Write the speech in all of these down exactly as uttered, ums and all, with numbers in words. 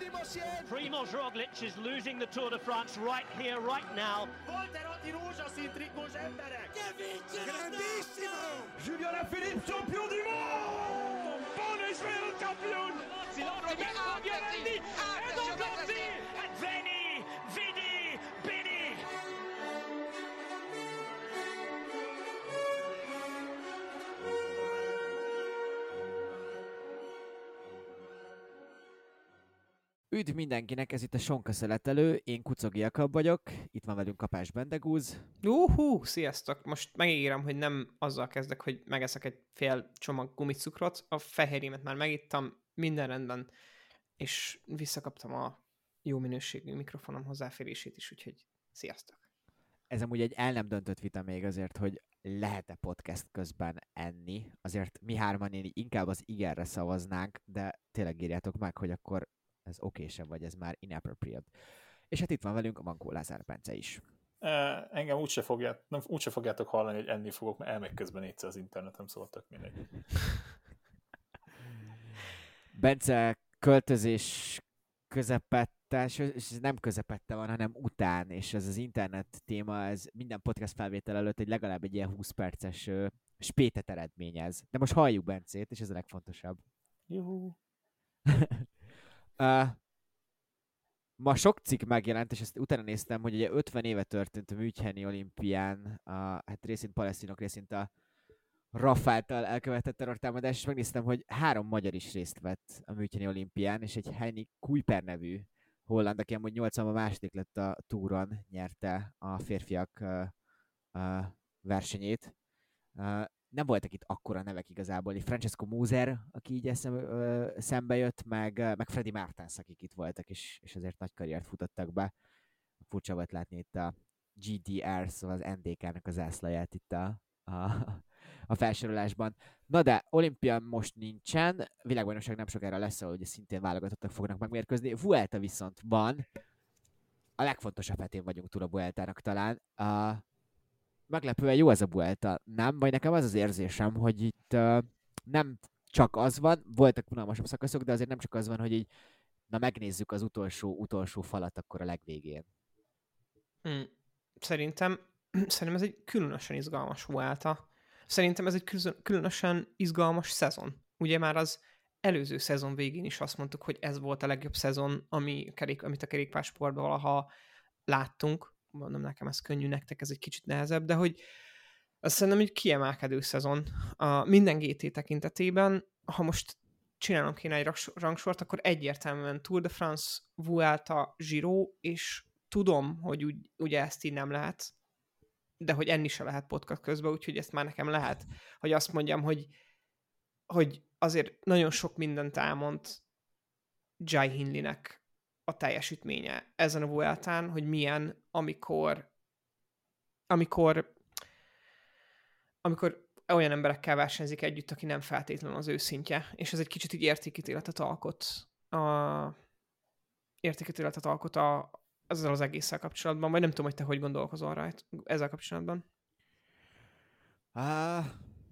Primoz Roglic is losing the Tour de France right here, right now. Volterotti rózsaszín trikós emberek! Grandissimo! Julien Alaphilippe, champion du monde! Buono Israel champion! Roglic ha Vianelli, Ed Ogozzi! And Veni, Vidi, Bini! Üdv mindenkinek, ez itt a Sonka Szeletelő, én Kucogi Jakab vagyok, itt van velünk Kapás Bendegúz. Uhú, sziasztok! Most megígérem, hogy nem azzal kezdek, hogy megeszek egy fél csomag gumicukrot, a fehérjémet már megittam, minden rendben, és visszakaptam a jó minőségű mikrofonom hozzáférését is, úgyhogy sziasztok! Ez amúgy egy el nem döntött vita még azért, hogy lehet-e podcast közben enni, azért mi hárman én inkább az igenre szavaznánk, de tényleg írjátok meg, hogy akkor ez okésebb, vagy ez már inappropriate. És hát itt van velünk a Mankó Lázár Bence is. Uh, engem úgyse, fogját, nem, úgyse fogjátok hallani, hogy enni fogok, mert elmegy közben egyszer az internetem, szóval tök mindegy. Bence költözés közepette, és nem közepette van, hanem után, és ez az internet téma, ez minden podcast felvétel előtt egy legalább egy ilyen húsz perces uh, spétet eredményez. De most halljuk Bencét, és ez a legfontosabb. Juhu! Uh, ma sok cikk megjelent, és ezt utána néztem, hogy ugye ötven éve történt a Müncheni olimpián, a, hát részint palesztinok, részint a er á ef által elkövetett terrortámadás, és megnéztem, hogy három magyar is részt vett a Müncheni olimpián, és egy Heini Kuiper nevű holland, aki amúgy nyolcvanban második lett a túron, nyerte a férfiak uh, uh, versenyét. Uh, nem voltak itt akkora nevek igazából, Francesco Moser, aki így eszem, ö, szembe jött, meg, meg Freddy Martens, akik itt voltak, és, és azért nagy karriert futottak be. Furcsa volt látni itt a gé dé er, szóval az en dé ká-nak az zászlaját itt a, a, a felsorolásban. Na de, olimpián most nincsen, világbajnokság nem sokára lesz, ahol ugye szintén válogatottak fognak megmérkőzni. Vuelta viszont van, a legfontosabb hetén vagyunk túl a Vueltának talán. A, meglepően jó ez a Vuelta, nem? Vagy nekem az az érzésem, hogy itt uh, nem csak az van, voltak unalmasabb szakaszok, de azért nem csak az van, hogy így, na megnézzük az utolsó, utolsó falat akkor a legvégén. Hmm. Szerintem, szerintem ez egy különösen izgalmas Vuelta. Szerintem ez egy különösen izgalmas szezon. Ugye már az előző szezon végén is azt mondtuk, hogy ez volt a legjobb szezon, ami, amit a kerékpársportban valaha láttunk. Mondom, nekem ez könnyű, nektek ez egy kicsit nehezebb, de hogy azt szerintem egy kiemelkedő szezon. A minden gé té tekintetében, ha most csinálnom kéne egy rangsort, akkor egyértelműen Tour de France, Vuelta, Giro, és tudom, hogy úgy, ugye ezt így nem lehet, de hogy enni se lehet podcast közben, úgyhogy ezt már nekem lehet, hogy azt mondjam, hogy, hogy azért nagyon sok mindent elmond Jai Hindleynek a teljesítménye ezen a Vueltán, hogy milyen, amikor amikor amikor olyan emberekkel versenyzik együtt, aki nem feltétlenül az ő szintje, és ez egy kicsit így értékítéletet alkot a értékítéletet alkot a, ezzel az egésszel kapcsolatban, vagy nem tudom, hogy te hogy gondolkozol rá ezzel kapcsolatban. Uh,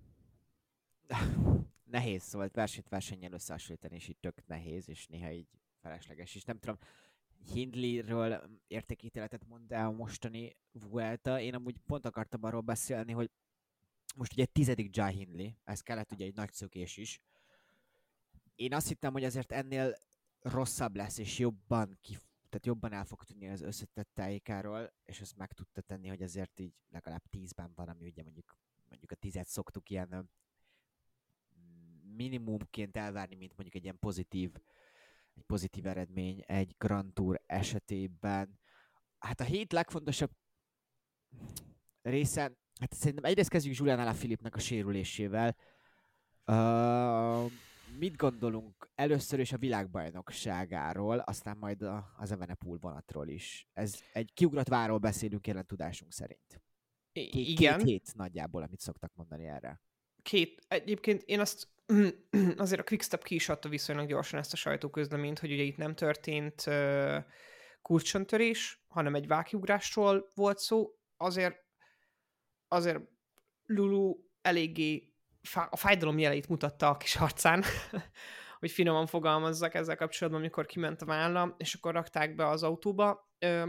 nehéz volt versenyt versennyel összehasonlítani, és így tök nehéz, és néha így felesleges, és nem tudom, Hindleyről értékítéletet mond el a mostani Vuelta. Én amúgy pont akartam arról beszélni, hogy most ugye tizedik Jai Hindley, ez kellett ugye egy nagy szökés is. Én azt hittem, hogy azért ennél rosszabb lesz, és jobban, kif- tehát jobban el fog tűnni az összetett tájékáról, és ezt meg tudta tenni, hogy azért így legalább tízben van, ami ugye mondjuk, mondjuk a tizet szoktuk ilyen minimumként elvárni, mint mondjuk egy ilyen pozitív egy pozitív eredmény egy Grand Tour esetében. Hát a hét legfontosabb része, hát szerintem egyrészt kezdjük Julian Alaphilippe-nek a sérülésével. Uh, mit gondolunk először is a világbajnokságáról, aztán majd a, az Evenepoel vonatról is. Ez egy kiugrott várról beszélünk jelen tudásunk szerint. Két, Igen. Két hét nagyjából, amit szoktak mondani erre. Két. Egyébként én azt azért a Quickstep ki is adta viszonylag gyorsan ezt a sajtóközleményt, hogy ugye itt nem történt uh, kurcsontörés, hanem egy vákiugrásról volt szó. Azért, azért Lulu eléggé fá- a fájdalom jeleit mutatta a kis arcán, hogy finoman fogalmazzak ezzel kapcsolatban, amikor kiment a válla, és akkor rakták be az autóba. Ö,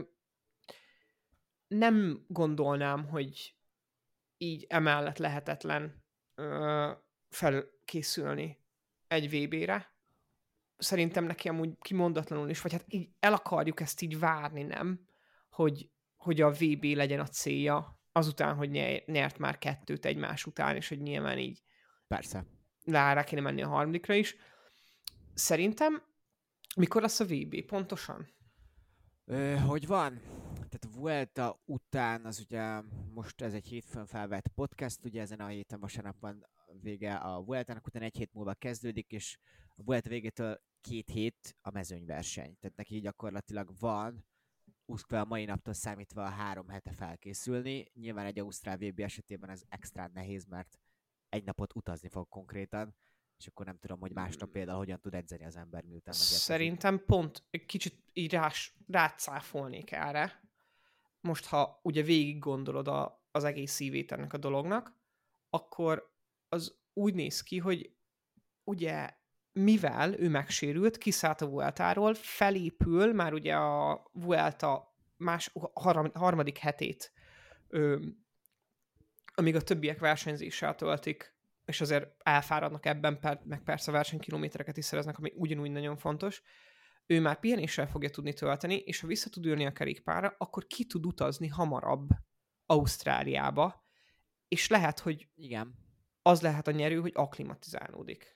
nem gondolnám, hogy így emellett lehetetlen ö, felkészülni egy vé bé-re. Szerintem neki amúgy kimondatlanul is, vagy hát így el akarjuk ezt így várni, nem? Hogy, hogy a vé bé legyen a célja, azután, hogy nyert már kettőt egymás után, és hogy nyilván így Persze. rá kéne menni a harmadikra is. Szerintem mikor lesz a vé bé pontosan? Ö, hogy van? Tehát Vuelta után, az ugye most ez egy hétfőn felvett podcast, ugye ezen a héten vasárnap van vége a Vueltának, utána egy hét múlva kezdődik, és a Vuelta végétől két hét a mezőnyverseny. Tehát neki gyakorlatilag van, úszkve a mai naptól számítva a három hete felkészülni. Nyilván egy ausztrál vé bé esetében ez extra nehéz, mert egy napot utazni fog konkrétan, és akkor nem tudom, hogy másnap például hogyan tud edzeni az ember, miután megérkezik. Szerintem pont egy kicsit így rás, rácáfolnék erre. Most, ha ugye végig gondolod a, az egész szívét ennek a dolognak, akkor az úgy néz ki, hogy ugye mivel ő megsérült, kiszállt a Vueltáról, felépül már ugye a Vuelta más, harmadik hetét, ö, amíg a többiek versenyzéssel töltik, és azért elfáradnak ebben, per, meg persze versenykilométereket is szereznek, ami ugyanúgy nagyon fontos. Ő már pihenéssel fogja tudni tölteni, és ha vissza tud ülni a kerékpárra, akkor ki tud utazni hamarabb Ausztráliába, és lehet, hogy igen, az lehet a nyerő, hogy akklimatizálódik.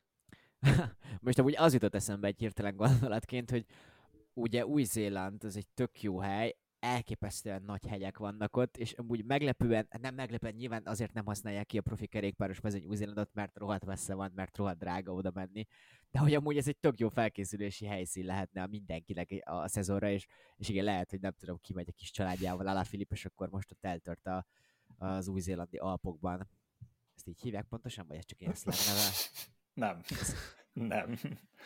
Most amúgy az jutott eszembe egy hirtelen gondolatként, hogy ugye Új-Zéland az egy tök jó hely, elképesztően nagy hegyek vannak ott, és amúgy meglepően, nem meglepően, nyilván azért nem használják ki a profi kerékpáros mezőny Új-Zélandot, mert rohadt messze van, mert rohadt drága oda menni, de hogy amúgy ez egy tök jó felkészülési helyszín lehetne a mindenkinek a szezonra, és, és igen, lehet, hogy nem tudom, kimegy a kis családjával, Alaphilippe, és akkor most ott eltört a, az új-zélandi Alpokban. Ezt így hívják pontosan, vagy ez csak ilyen szleng neve? Nem. Nem.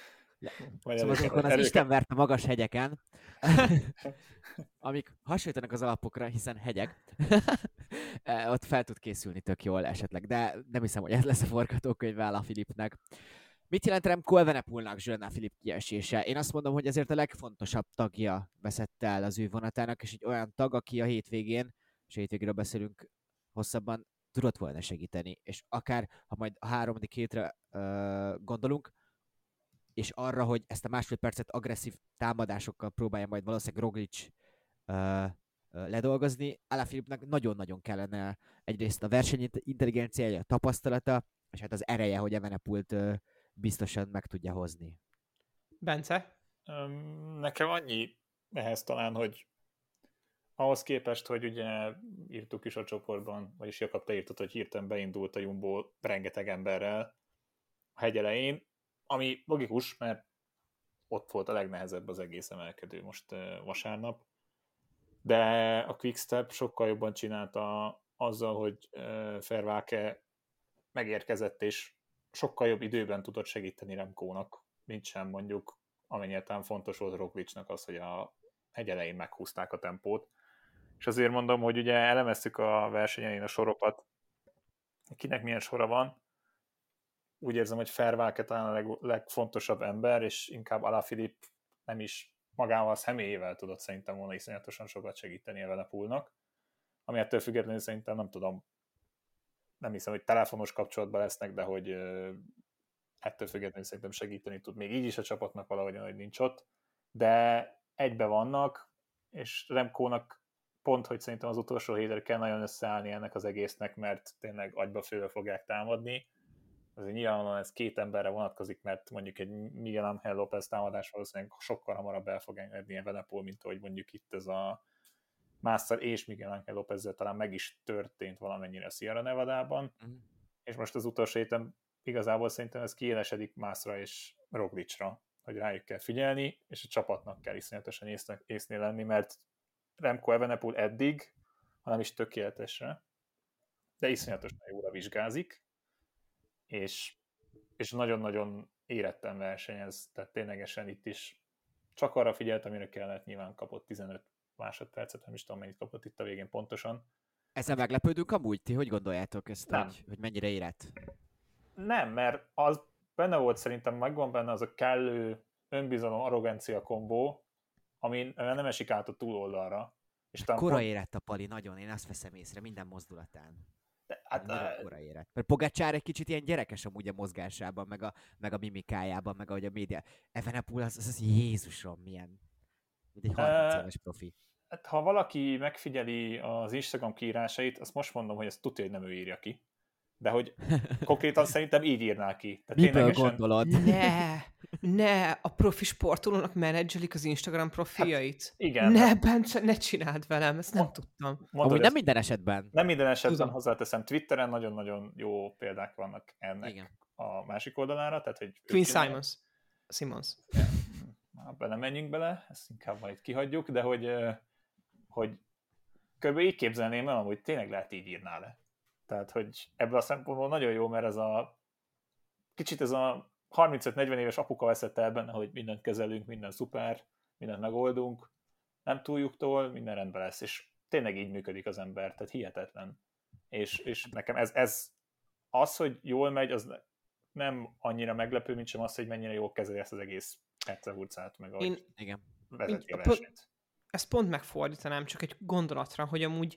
Szóval azokon az Isten vert a magas hegyeken, amik hasonlítanak az Alpokra, hiszen hegyek, ott fel tud készülni tök jól esetleg, de nem hiszem, hogy ez lesz a forgatókönyve Alaphilippe-nek. Mit jelent Remco Evenepoelnak Jules Alaphilippe kiesése? Én azt mondom, hogy ezért a legfontosabb tagja veszett el az ő vonatának, és egy olyan tag, aki a hétvégén, és a hétvégéről beszélünk hosszabban, tudott volna segíteni, és akár, ha majd a háromadik hétre uh, gondolunk, és arra, hogy ezt a másfél percet agresszív támadásokkal próbálja majd valószínűleg Roglic uh, uh, ledolgozni, Alaphilippe-nek nagyon-nagyon kellene egyrészt a versenyintelligenciája, a tapasztalata, és hát az ereje, hogy Evenepoelt uh, biztosan meg tudja hozni. Bence? Nekem annyi ehhez talán, hogy ahhoz képest, hogy ugye írtuk is a csoportban, vagyis Jakab, te írtad, hogy hirtelen beindult a Jumbo rengeteg emberrel a hegy elején, ami logikus, mert ott volt a legnehezebb az egész emelkedő most vasárnap, de a Quickstep sokkal jobban csinálta azzal, hogy Vervaeke megérkezett, és sokkal jobb időben tudott segíteni Remkónak, mint sem mondjuk, amennyire talán fontos volt Roglicnak az, hogy a hegy elején meghúzták a tempót. És azért mondom, hogy ugye elemeztük a versenyen a sorokat, kinek milyen sora van. Úgy érzem, hogy Vervaeke talán a leg, legfontosabb ember, és inkább Alaphilippe nem is magával a személyével tudott szerintem volna iszonyatosan sokat segíteni Evenepoelnak. Ami ettől függetlenül szerintem nem tudom, nem hiszem, hogy telefonos kapcsolatban lesznek, de hogy ettől függetlenül szerintem segíteni tud. Még így is a csapatnak valahogyan, hogy nincs ott. De egybe vannak, és Remkónak pont, hogy szerintem az utolsó hétre kell nagyon összeállni ennek az egésznek, mert tényleg agyba főre fogják támadni. Azért nyilvánvalóan ez két emberre vonatkozik, mert mondjuk egy Miguel Ángel López támadás valószínűleg sokkal hamarabb el fog engedni Evenepoel, mint ahogy mondjuk itt ez a Master és Miguel Ángel Lópezzel talán meg is történt valamennyire a Sierra Nevadában. Mm. És most az utolsó héten igazából szerintem ez kiélesedik Másra és Roglicra, hogy rájuk kell figyelni, és a csapatnak kell iszonyatosan észnél, észnél lenni, mert Remco Evenepoel eddig, hanem is tökéletesre, de iszonyatosan jóra vizsgázik, és, és nagyon-nagyon éretten versenyez, tehát ténylegesen itt is csak arra figyelt, amire kellett, nyilván kapott tizenöt másodpercet, nem is tudom, mennyit kapott itt a végén pontosan. Ezzel meglepődünk amúgy? Ti hogy gondoljátok ezt, hogy, hogy mennyire érett? Nem, mert az benne volt szerintem, megvan benne az a kellő önbizalom, arrogancia kombó, ami nem esik át a túloldalra. És Kora pont... érett a Pali, nagyon, én azt veszem észre minden mozdulatán. De, hát, nagyon kora érett. Mert Pogačar egy kicsit ilyen gyerekes amúgy a mozgásában, meg a, meg a mimikájában, meg ahogy a média. Evenepoel az, az, az Jézusom, milyen, mint egy harminc éves profi. Hát, ha valaki megfigyeli az Instagram kiírásait, azt most mondom, hogy ezt tudja, hogy nem ő írja ki. De hogy konkrétan szerintem így írná ki. Tehát miből ténylegesen... gondolod? Ne, ne, a profi sportolónak menedzselik az Instagram profiljait. Hát, igen. Ne, Bence, ne csináld velem, ezt nem Ma, tudtam. Amúgy nem minden esetben. Nem minden esetben, Tudom. Hozzáteszem, Twitteren nagyon-nagyon jó példák vannak ennek Igen. a másik oldalára. Tehát, hogy Queen Simons. Simons. Ja, bele menjünk bele, ezt inkább majd kihagyjuk, de hogy, hogy kb. Így képzelném el, hogy tényleg lehet így írná le. Tehát, hogy ebből a szempontból nagyon jó, mert ez a kicsit ez a harmincöt-negyven éves apuka veszett el benne, hogy mindent kezelünk, minden szuper, mindent megoldunk, nem túljuktól, minden rendben lesz, és tényleg így működik az ember, tehát hihetetlen. És, és nekem ez, ez az, hogy jól megy, az nem annyira meglepő, mint sem az, hogy mennyire jól kezeli ezt az egész percehurcát, meg ahogy Én, igen. vezeti a Én, versenyt. Ezt pont megfordítanám csak egy gondolatra, hogy amúgy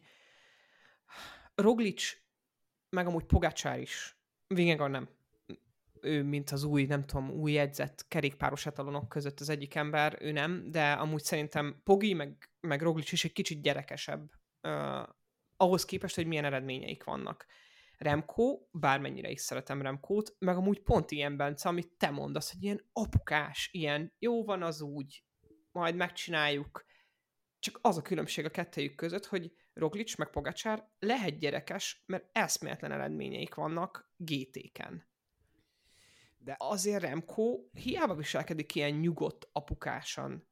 Roglic, meg amúgy Pogačar is, Vingegaard nem, ő mint az új, nem tudom, új edzett kerékpáros etalonok között az egyik ember, ő nem, de amúgy szerintem Pogi, meg, meg Roglic is egy kicsit gyerekesebb uh, ahhoz képest, hogy milyen eredményeik vannak. Remco, bármennyire is szeretem Remcót, meg amúgy pont ilyen, Bence, amit te mondasz, hogy ilyen apukás, ilyen jó van az úgy, majd megcsináljuk. Csak az a különbség a kettejük között, hogy Roglic meg Pogačar lehet gyerekes, mert eszméletlen eredményeik vannak gé té-ken. De azért Remco hiába viselkedik ilyen nyugodt apukásan.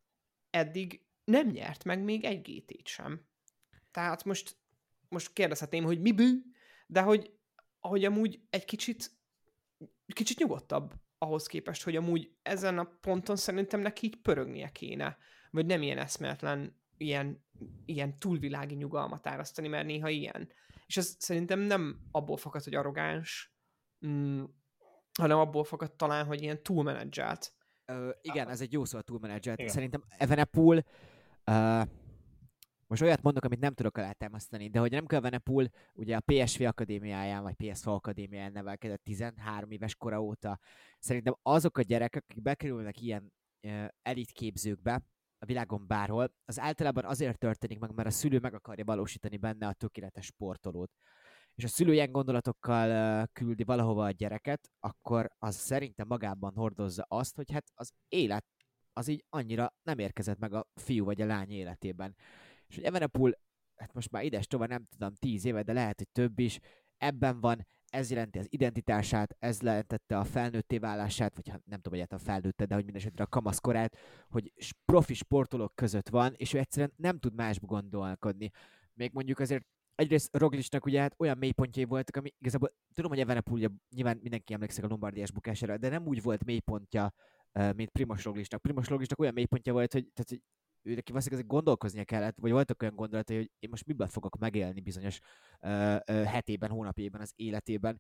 Eddig nem nyert meg még egy gé té-t sem. Tehát most, most kérdezhetném, hogy mi bű, de hogy, hogy amúgy egy kicsit, kicsit nyugodtabb ahhoz képest, hogy amúgy ezen a ponton szerintem neki így pörögnie kéne. Vagy nem ilyen eszméletlen, ilyen, ilyen túlvilági nyugalmat árasztani, mert néha ilyen. És ez szerintem nem abból fakad, hogy arrogáns, mm, hanem abból fakad talán, hogy ilyen túlmenedzselt. Ö, igen, ez egy jó szó, a túlmenedzselt. Igen. Szerintem Evenepoel, uh, most olyat mondok, amit nem tudok alátámasztani, de hogy nem kell Evenepoel, ugye a pé es vé akadémiáján, vagy pé es vé akadémiáján nevelkedett tizenhárom éves kora óta. Szerintem azok a gyerekek, akik bekerülnek ilyen uh, elitképzőkbe, a világon bárhol, az általában azért történik meg, mert a szülő meg akarja valósítani benne a tökéletes sportolót. És a szülő ilyen gondolatokkal uh, küldi valahova a gyereket, akkor az szerintem magában hordozza azt, hogy hát az élet az így annyira nem érkezett meg a fiú vagy a lány életében. És hogy Evenepoel, hát most már ides tovább nem tudom, tíz éve, de lehet, hogy több is, ebben van, ez jelenti az identitását, ez jelentette a felnőtté válását, vagy nem tudom, hogy hát a felnőtte, de hogy mindesetre a kamaszkorát, hogy profi sportolók között van, és ő egyszerűen nem tud másba gondolkodni. Még mondjuk azért egyrészt Roglicnak ugye hát olyan mélypontjai voltak, ami igazából tudom, hogy Evenepoel ugye nyilván mindenki emlékszik a Lombardiás bukására, de nem úgy volt mélypontja, mint Primož Roglicnak. Primož Roglicnak olyan mélypontja volt, hogy, tehát, hogy ő neki valószínűleg gondolkoznia kellett, vagy voltak olyan gondolatai, hogy én most miből fogok megélni bizonyos uh, uh, hetében, hónapjában, az életében.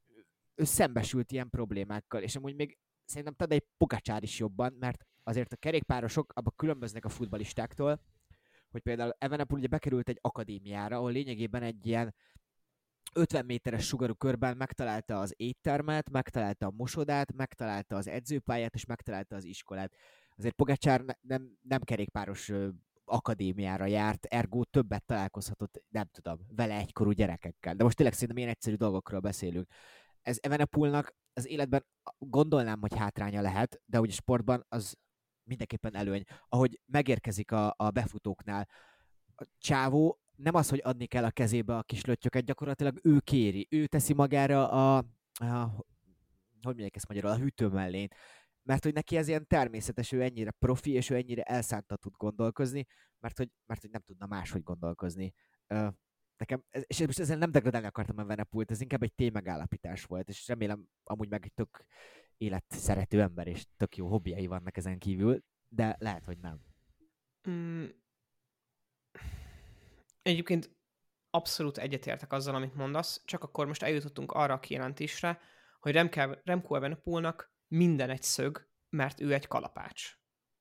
Ő szembesült ilyen problémákkal, és amúgy még szerintem Tadej Pogačar is jobban, mert azért a kerékpárosok abban különböznek a futballistáktól, hogy például Evenepoel ugye bekerült egy akadémiára, ahol lényegében egy ilyen ötven méteres sugarú körben megtalálta az éttermet, megtalálta a mosodát, megtalálta az edzőpályát, és megtalálta az iskolát. Azért Pogačar ne, nem, nem kerékpáros ö, akadémiára járt, ergo többet találkozhatott, nem tudom, vele egykorú gyerekekkel. De most tényleg szerintem ilyen egyszerű dolgokról beszélünk. Ez Evenepoelnak az életben gondolnám, hogy hátránya lehet, de ugye sportban az mindenképpen előny. Ahogy megérkezik a, a befutóknál, a csávó nem az, hogy adni kell a kezébe a kis löttyöket, gyakorlatilag ő kéri, ő teszi magára a, a hogy mondják ezt magyarul, a hűtőmellényt. Mert hogy neki ez ilyen természetes, ő ennyire profi, és ő ennyire elszánta tud gondolkozni, mert hogy, mert hogy nem tudna máshogy gondolkozni. Uh, nekem, és most ezzel nem degradálni akartam a Evenepoelt, ez inkább egy témagállapítás volt, és remélem amúgy meg egy tök életszerető ember, és tök jó hobbiai vannak ezen kívül, de lehet, hogy nem. Mm. Egyébként abszolút egyetértek azzal, amit mondasz, csak akkor most eljutottunk arra a kijelentésre, hogy Remco, Remco Evenepoelnak minden egy szög, mert ő egy kalapács.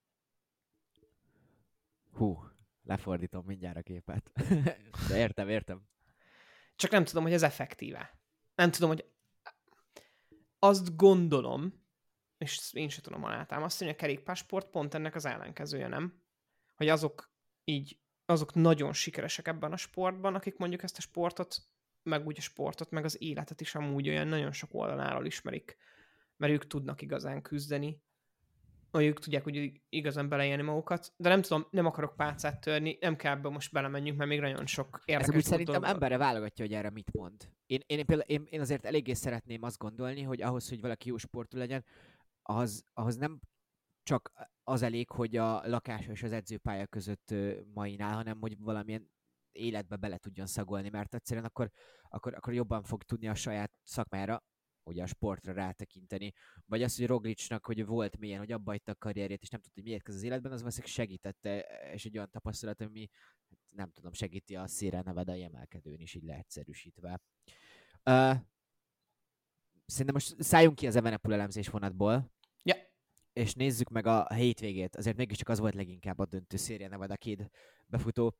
Hú, lefordítom mindjárt a képet. De értem, értem. Csak nem tudom, hogy ez effektíve. Nem tudom, hogy azt gondolom, és én sem tudom alátámasztani, hogy a kerékpársport pont ennek az ellenkezője, nem? Hogy azok így, azok nagyon sikeresek ebben a sportban, akik mondjuk ezt a sportot, meg úgy a sportot, meg az életet is amúgy olyan nagyon sok oldaláról ismerik, mert ők tudnak igazán küzdeni, vagy ők tudják úgy igazán beleélni magukat, de nem tudom, nem akarok pálcát törni, nem kell ebbe most belemenjünk, mert még nagyon sok érdekes Ez úgy szerintem dolog. emberre válogatja, hogy erre mit mond. Én, én, például, én, én azért eléggé szeretném azt gondolni, hogy ahhoz, hogy valaki jó sportú legyen, ahhoz, ahhoz nem csak az elég, hogy a lakás és az edzőpálya között mainál, hanem hogy valamilyen életbe bele tudjon szagolni, mert egyszerűen akkor, akkor, akkor jobban fog tudni a saját szakmára, ugye a sportra rátekinteni. Vagy az, hogy Roglicnak, hogy volt mélyen, hogy abba hagyta a karrierjét, és nem tudta, hogy miért kezd az életben, az valószínűleg segítette, és egy olyan tapasztalat, ami nem tudom, segíti a Sierra Nevadai emelkedőn is, így leegyszerűsítve. Uh, szerintem most szálljunk ki az Evenepoel elemzés vonatból, ja. és nézzük meg a hétvégét. Azért mégiscsak az volt leginkább a döntő Sierra Nevada két befutó.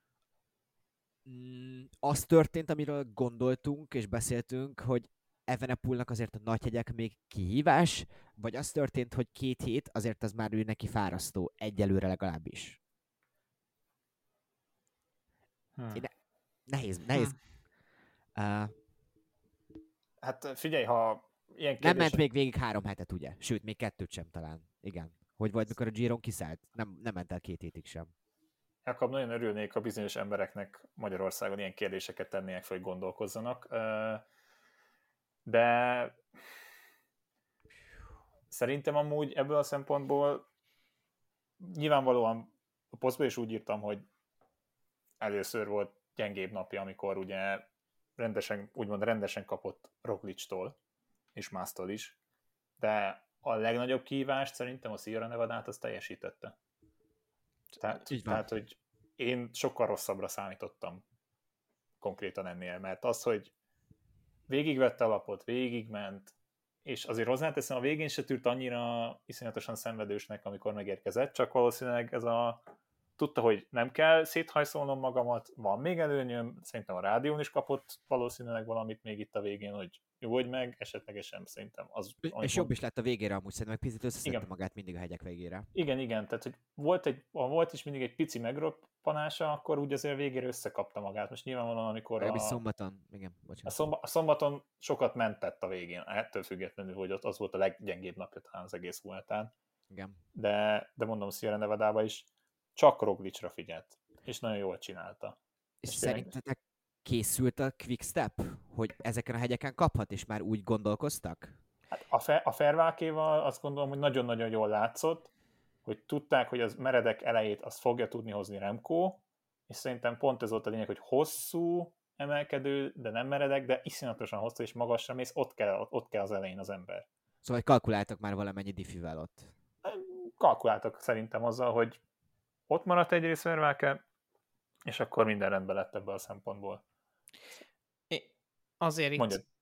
Mm, az történt, amiről gondoltunk és beszéltünk, hogy Evenepoelnak azért a nagy hegyek még kihívás, vagy az történt, hogy két hét azért az már ő neki fárasztó, egyelőre legalábbis. Hmm. Ne- nehéz, nehéz. Hmm. Uh, Hát figyelj, ha ilyen kérdés... Nem ment még végig három hetet, ugye? Sőt, még kettőt sem talán. Igen. Hogy volt, mikor a Giron kiszállt? Nem, nem ment el két hétig sem. Jakab, nagyon örülnék, ha bizonyos embereknek Magyarországon ilyen kérdéseket tennének fel, hogy gondolkozzanak. De szerintem amúgy ebből a szempontból nyilvánvalóan a posztban is úgy írtam, hogy először volt gyengébb napja, amikor ugye rendesen, úgymond rendesen kapott Roglictól, és Másztól is, de a legnagyobb kihívást szerintem a Sierra Nevadát az teljesítette. Tehát, tehát, hogy én sokkal rosszabbra számítottam konkrétan ennél, mert az, hogy végigvette a lapot, végigment, és azért hozzáteszem, a végén se tűrt annyira iszonyatosan szenvedősnek, amikor megérkezett, csak valószínűleg ez a tudta, hogy nem kell széthajszolnom magamat, van még előnyöm, szerintem a rádión is kapott valószínűleg valamit még itt a végén, hogy nyugodj meg, esetlegesen szerintem az... És mond... jobb is lett a végére amúgy, szerintem meg picit összeszedte igen. magát mindig a hegyek végére. Igen, igen, tehát hogy volt, egy, ha volt is mindig egy pici megroppanása, akkor úgy azért végére összekapta magát. Most nyilvánvalóan, amikor a... szombaton, igen, bocsánat. A, szomba, a szombaton sokat mentett a végén, ettől függetlenül, hogy ott az volt a leggyengébb napja talán az egész Vueltán. Igen. De, de mondom, Sierra Nevadában is csak Roglicra figyelt, és nagyon jól csinálta. És, és szerintetek tényleg... készült a Quickstep, hogy ezeken a hegyeken kaphat, és már úgy gondolkoztak? Hát a, fe, a Fairwalkéval azt gondolom, hogy nagyon-nagyon jól látszott, hogy tudták, hogy az meredek elejét azt fogja tudni hozni Remco, és szerintem pont ez volt a lényeg, hogy hosszú emelkedő, de nem meredek, de iszonyatosan hosszú és magasra mész, ott kell, ott kell az elején az ember. Szóval kalkuláltak már valamennyi diffivel ott? Kalkuláltak szerintem azzal, hogy ott maradt egyrészt Fairwalke, és akkor minden rendben lett ebből a szempontból. É, azért Mondjad. Itt...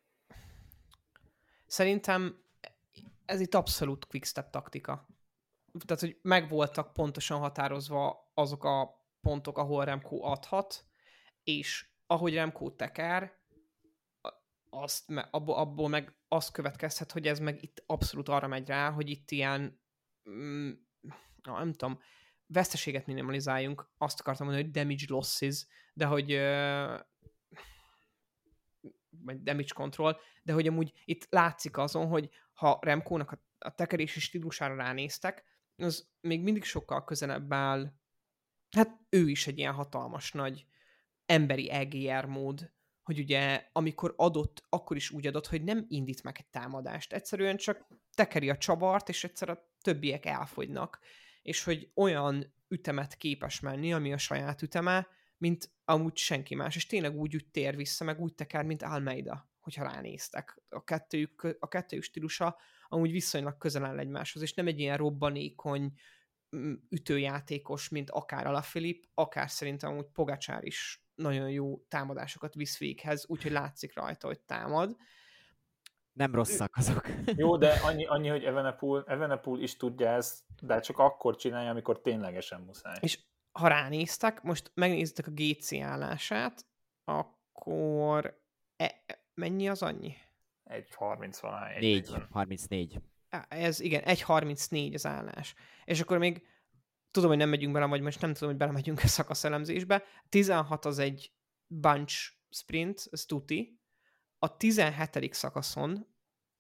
Szerintem ez itt abszolút quickstep taktika. Tehát, hogy meg voltak pontosan határozva azok a pontok, ahol Remco adhat, és ahogy Remco teker, azt, abból, abból meg azt következhet, hogy ez meg itt abszolút arra megy rá, hogy itt ilyen mm, nem tudom, veszteséget minimalizáljunk, azt akartam mondani, hogy damage losses, de hogy uh, vagy damage control, de hogy amúgy itt látszik azon, hogy ha Remco-nak a, a tekerési stílusára ránéztek, az még mindig sokkal közelebb áll, hát ő is egy ilyen hatalmas nagy emberi é gé er mód, hogy ugye amikor adott, akkor is úgy adott, hogy nem indít meg egy támadást, egyszerűen csak tekeri a csavart, és egyszer a többiek elfogynak, és hogy olyan ütemet képes menni, ami a saját üteme, mint amúgy senki más, és tényleg úgy, úgy tér vissza, meg úgy teker, mint Almeida, hogyha ránéztek. A kettőjük, a kettőjük stílusa amúgy viszonylag közel áll egymáshoz, és nem egy ilyen robbanékony ütőjátékos, mint akár Alaphilippe, akár szerintem amúgy Pogačar is nagyon jó támadásokat visz véghez, úgyhogy látszik rajta, hogy támad. Nem rosszak azok. Jó, de annyi, annyi hogy Evenepoel, Evenepoel is tudja ezt, de csak akkor csinálja, amikor ténylegesen muszáj. És ha ránéztek, most megnéztek a gé cé állását, akkor e, mennyi az annyi? egy harminc valahány. négy, harmincnégy. Ez igen, egy harmincnégy az állás. És akkor még tudom, hogy nem megyünk bele, vagy most nem tudom, hogy belemegyünk a szakaszelemzésbe. tizenhat az egy bunch sprint, ez tuti. A tizenhetedik szakaszon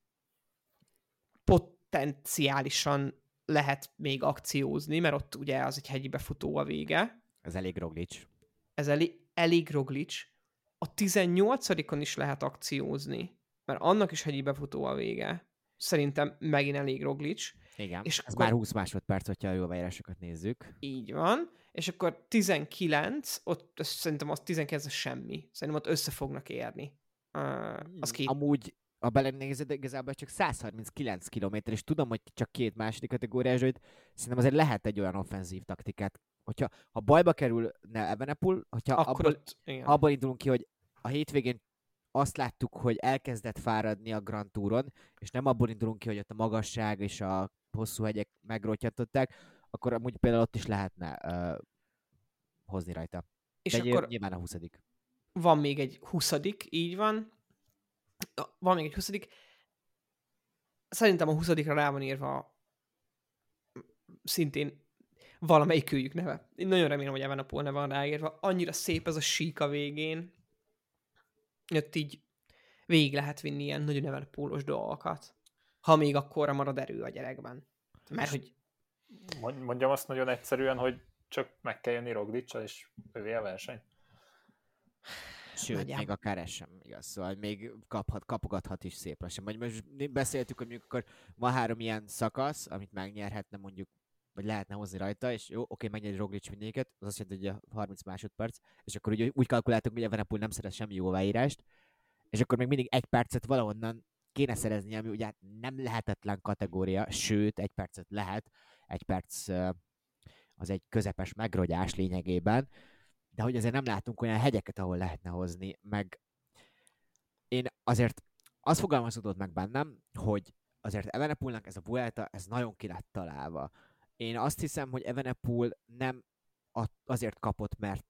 potenciálisan lehet még akciózni, mert ott ugye az egy hegyi befutó a vége. Ez elég Roglic. Ez elég, elég Roglic. A tizennyolcadikon is lehet akciózni, mert annak is hegyi befutó a vége. Szerintem megint elég Roglic. Igen, és ez akkor... már húsz másodperc, hogyha a jó beírásokat nézzük. Így van, és akkor tizenkilenc, ott szerintem az tizenkilenc az semmi. Szerintem ott össze fognak érni. Uh, az két... Amúgy, ha belenézed, igazából csak száz harminckilenc kilométer, és tudom, hogy csak két második kategóriás, hogy szerintem azért lehet egy olyan offenzív taktikát. Hogyha ha bajba kerülne Evenepoel, hogyha akkor abból, ott, igen. abból indulunk ki, hogy a hétvégén azt láttuk, hogy elkezdett fáradni a Grand Touron, és nem abból indulunk ki, hogy ott a magasság és a hosszú hegyek megrottyantották, akkor amúgy például ott is lehetne uh, hozni rajta. És de akkor nyilván a huszadik. Van még egy huszadik, így van. Van még egy huszadik. Szerintem a huszadikra rá van írva szintén valamelyikőjük neve. Én nagyon remélem, hogy Evenepoel neve van ráírva. Annyira szép ez a sík a végén. Ott így végig lehet vinni ilyen nagyon Evenepoelos dolgokat. Ha még akkorra marad erő a gyerekben. Mert hogy... Mondjam azt nagyon egyszerűen, hogy csak meg kell jönni Roglic-sal, és ővé a verseny. Sőt, Nagyjából. még akár ez sem igaz, szóval még kaphat, kapogathat is szép lassan. Vagy most beszéltük, hogy mondjuk akkor van három ilyen szakasz, amit megnyerhetne mondjuk, vagy lehetne hozni rajta, és jó, oké, megnyeri Roglic mindegyiket, az azt jelenti, hogy a harminc másodperc, és akkor úgy, úgy kalkuláltunk, hogy Evenepoel nem szerez semmi jóváírást, és akkor még mindig egy percet valahonnan kéne szerezni, ami ugye nem lehetetlen kategória, sőt, egy percet lehet, egy perc az egy közepes megrogyás lényegében, de hogy azért nem látunk olyan hegyeket, ahol lehetne hozni, meg én azért azt fogalmazódott meg bennem, hogy azért Evenepoelnak ez a Vuelta, ez nagyon ki lett találva. Én azt hiszem, hogy Evenepoel nem azért kapott, mert,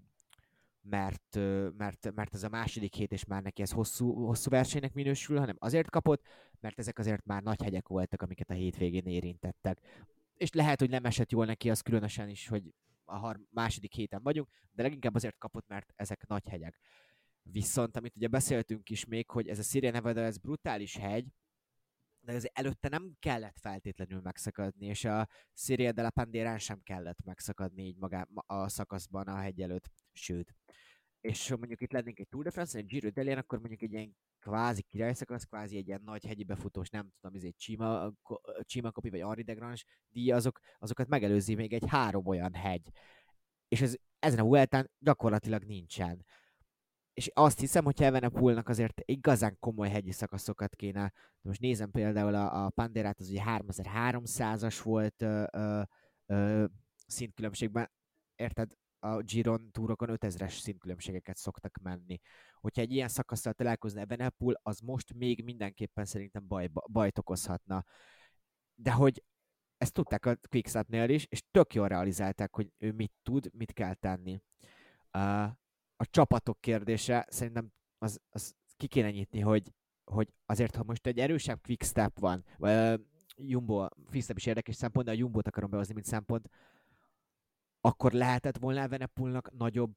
mert, mert, mert ez a második hét, és már neki ez hosszú, hosszú versenynek minősül, hanem azért kapott, mert ezek azért már nagy hegyek voltak, amiket a hétvégén érintettek. És lehet, hogy nem esett jól neki, az különösen is, hogy a har- második héten vagyunk, de leginkább azért kapott, mert ezek nagy hegyek. Viszont, amit ugye beszéltünk is még, hogy ez a Sierra Nevada, ez brutális hegy, de ez előtte nem kellett feltétlenül megszakadni, és a Sierra de la Panderán sem kellett megszakadni így magá a szakaszban a hegy előtt, sőt. És mondjuk itt lennénk egy Tour de France, egy Giro d'Italia, akkor mondjuk egy ilyen kvázi királyszakasz, kvázi egy ilyen nagy hegyi befutós, nem tudom, ez egy Cima, Cima Coppi vagy Henri de Grange díj, azok, azokat megelőzi még egy három olyan hegy. És ez, ezen a Vueltán gyakorlatilag nincsen. És azt hiszem, hogy Evenepoelnak azért igazán komoly hegyi szakaszokat kéne. De most nézem például a, a Panderát, az ugye háromezer-háromszázas volt ö, ö, ö, szintkülönbségben. Érted? A Giron túrokon ötezres szintkülönbségeket szoktak menni. Hogyha egy ilyen szakasszal találkozna Evenepoel, az most még mindenképpen szerintem baj, bajt okozhatna. De hogy ezt tudták a Quickstepnél is, és tök jól realizálták, hogy ő mit tud, mit kell tenni. Uh, a csapatok kérdése szerintem az, az ki kéne nyitni, hogy, hogy azért, ha most egy erősebb Quickstep van, vagy uh, Jumbo, Quickstep is érdekes szempont, de a Jumbót akarom behozni, mint szempont, akkor lehetett volna Evenepoelnak nagyobb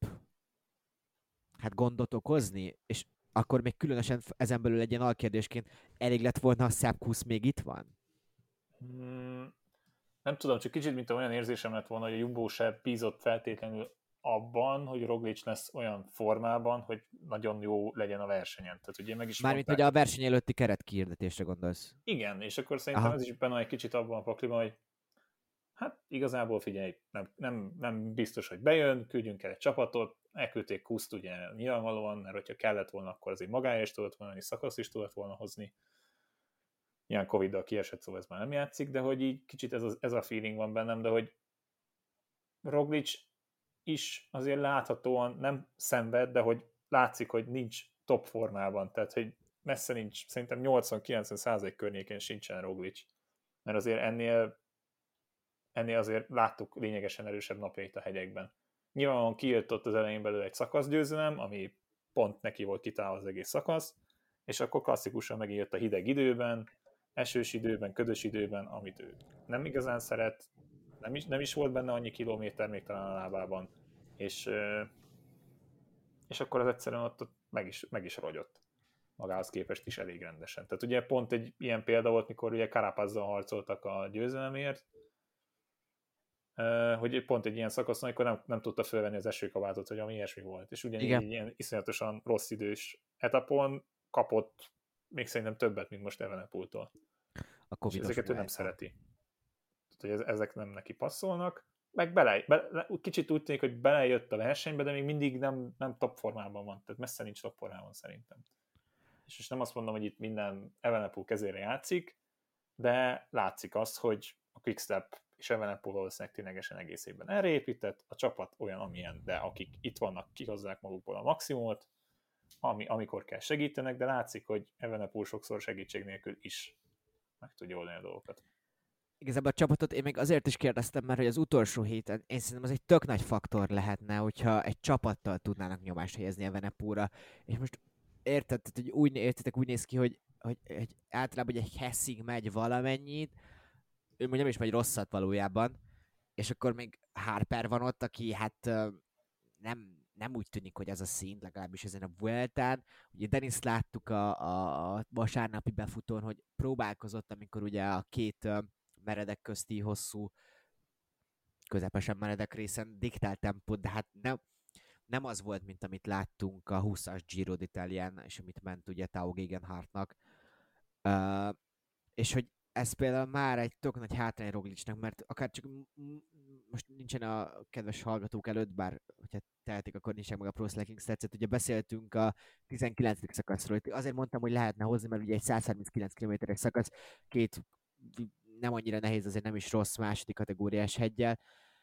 hát gondot okozni, és akkor még különösen ezen belül egy ilyen alkérdésként elég lett volna, ha Sepp Kuss még itt van? Hmm, nem tudom, csak kicsit mint olyan érzésem lett volna, hogy a Jumbo se bízott feltétlenül abban, hogy Roglic lesz olyan formában, hogy nagyon jó legyen a versenyen. Tehát ugye meg is Mármint, hogy a verseny előtti keret kihirdetésre gondolsz. Igen, és akkor szerintem Aha. ez is benne egy kicsit abban a pakliban, hogy hát igazából figyelj, nem, nem, nem biztos, hogy bejön, küldjünk el egy csapatot, elküldték Kuszt ugye nyilvánvalóan, mert hogyha kellett volna, akkor azért magája is tudott volna, szakasz is tudott volna hozni. Ilyen Covid-dal kiesett, szóval ez már nem játszik, de hogy így kicsit ez a, ez a feeling van bennem, de hogy Roglic is azért láthatóan nem szenved, de hogy látszik, hogy nincs top formában, tehát hogy messze nincs, szerintem nyolcvan-kilencven százalék környékén sincsen Roglic. Mert azért ennél, ennél azért láttuk lényegesen erősebb napjait a hegyekben. Nyilvánvalóan kijött ott az elején belőle egy szakaszgyőzelem, ami pont neki volt kitálva az egész szakasz, és akkor klasszikusan megint jött a hideg időben, esős időben, ködös időben, amit ő nem igazán szeret, nem is, nem is volt benne annyi kilométer még talán a lábában, és, és akkor az egyszerűen ott, ott meg, is, meg is rogyott magához képest is elég rendesen. Tehát ugye pont egy ilyen példa volt, mikor ugye Carapazzal harcoltak a győzelemért, hogy pont egy ilyen szakaszon, amikor nem, nem tudta fölvenni az esőkabátot, hogy ami ilyesmi volt. És ugyanígy egy ilyen iszonyatosan rossz idős etapon kapott még szerintem többet, mint most Evenepoeltól. És ezeket ő nem szereti. Tehát, hogy ezek nem neki passzolnak. Meg bele, bele, kicsit úgy tűnik, hogy belejött a versenybe, de még mindig nem, nem top formában van. Tehát messze nincs top formában szerintem. És most nem azt mondom, hogy itt minden Evenepoel kezére játszik, de látszik az, hogy a Quickstep és Evenepoel valószínűleg ténylegesen egész évben erre épített, a csapat olyan, amilyen, de akik itt vannak, kihozzák magukból a maximumot, ami, amikor kell segítenek, de látszik, hogy Evenepoel sokszor segítség nélkül is meg tudja oldani a dolgokat. Igazából a csapatot én még azért is kérdeztem, mert hogy az utolsó héten én szerintem az egy tök nagy faktor lehetne, hogyha egy csapattal tudnának nyomást helyezni Evenepoelra, és most érted, hogy úgy, értitek, úgy néz ki, hogy, hogy, hogy általában hogy egy Hessig megy valamennyit, ő mondjuk nem is megy rosszat valójában, és akkor még Harper van ott, aki hát nem, nem úgy tűnik, hogy az a szint, legalábbis ezen a Vueltán. Ugye Denis láttuk a, a, a vasárnapi befutón, hogy próbálkozott, amikor ugye a két uh, meredek közti hosszú, közepesen meredek részen diktált tempót, de hát nem, nem az volt, mint amit láttunk a húszas Giro d'Italián, és amit ment ugye Tao Gegenhardtnak. Uh, és hogy ez például már egy tök nagy hátrány Roglicnak, mert akár csak most nincsen a kedves hallgatók előtt, bár hogyha tehetik, akkor nincsen meg a Pro Cycling Stats-et. Ugye beszéltünk a tizenkilencedik szakaszról. Azért mondtam, hogy lehetne hozni, mert ugye egy száz harminckilenc kilométeres szakasz, két nem annyira nehéz, azért nem is rossz második kategóriás heggyel.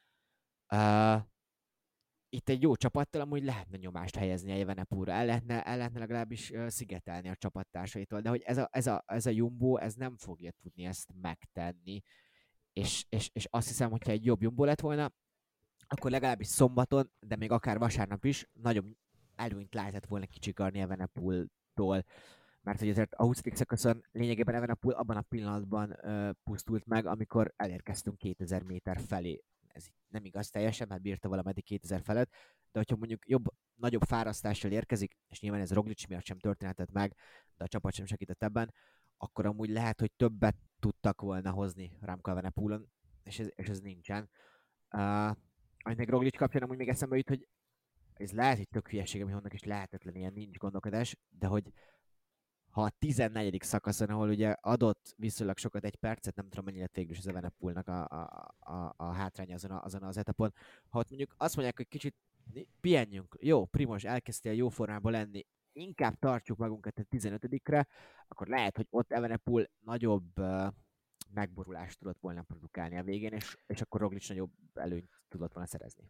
Uh, itt egy jó csapattal amúgy lehetne nyomást helyezni a Evenepoelra, el lehetne, el lehetne legalábbis uh, szigetelni a csapattársaitól, de hogy ez a, ez, a, ez a Jumbo, ez nem fogja tudni ezt megtenni, és, és, és azt hiszem, hogyha egy jobb Jumbo lett volna, akkor legalábbis szombaton, de még akár vasárnap is nagyobb előnyt lehetett volna kicsikarni Evenepoeltól, mert hogy azért a huszadik szakaszon lényegében Evenepoel abban a pillanatban uh, pusztult meg, amikor elérkeztünk kétezer méter felé. Ez nem igaz teljesen, mert bírta valameddig kétezer felett, de hogyha mondjuk jobb, nagyobb fárasztással érkezik, és nyilván ez Roglic miatt sem történhetett meg, de a csapat sem segített ebben, akkor amúgy lehet, hogy többet tudtak volna hozni Remco Evenepoelon, és ez, és ez nincsen. Uh, amit még Roglic kapjon, amúgy még eszembe jut, hogy ez lehet, hogy tök hülyeség, ami honnak is lehetetlen, ilyen nincs gondolkodás, de hogy ha a tizennegyedik szakaszon, ahol ugye adott viszonylag sokat egy percet, nem tudom mennyire végül is az Evenepoelnak a, a, a, a hátránya azon, a, azon az etapon, ha ott mondjuk azt mondják, hogy kicsit pihenjünk, jó, Primoz, elkezdtél jó formában lenni, inkább tartjuk magunkat a tizenötödikre, akkor lehet, hogy ott Evenepoel nagyobb uh, megborulást tudott volna produkálni a végén, és, és akkor Roglic nagyobb előnyt tudott volna szerezni.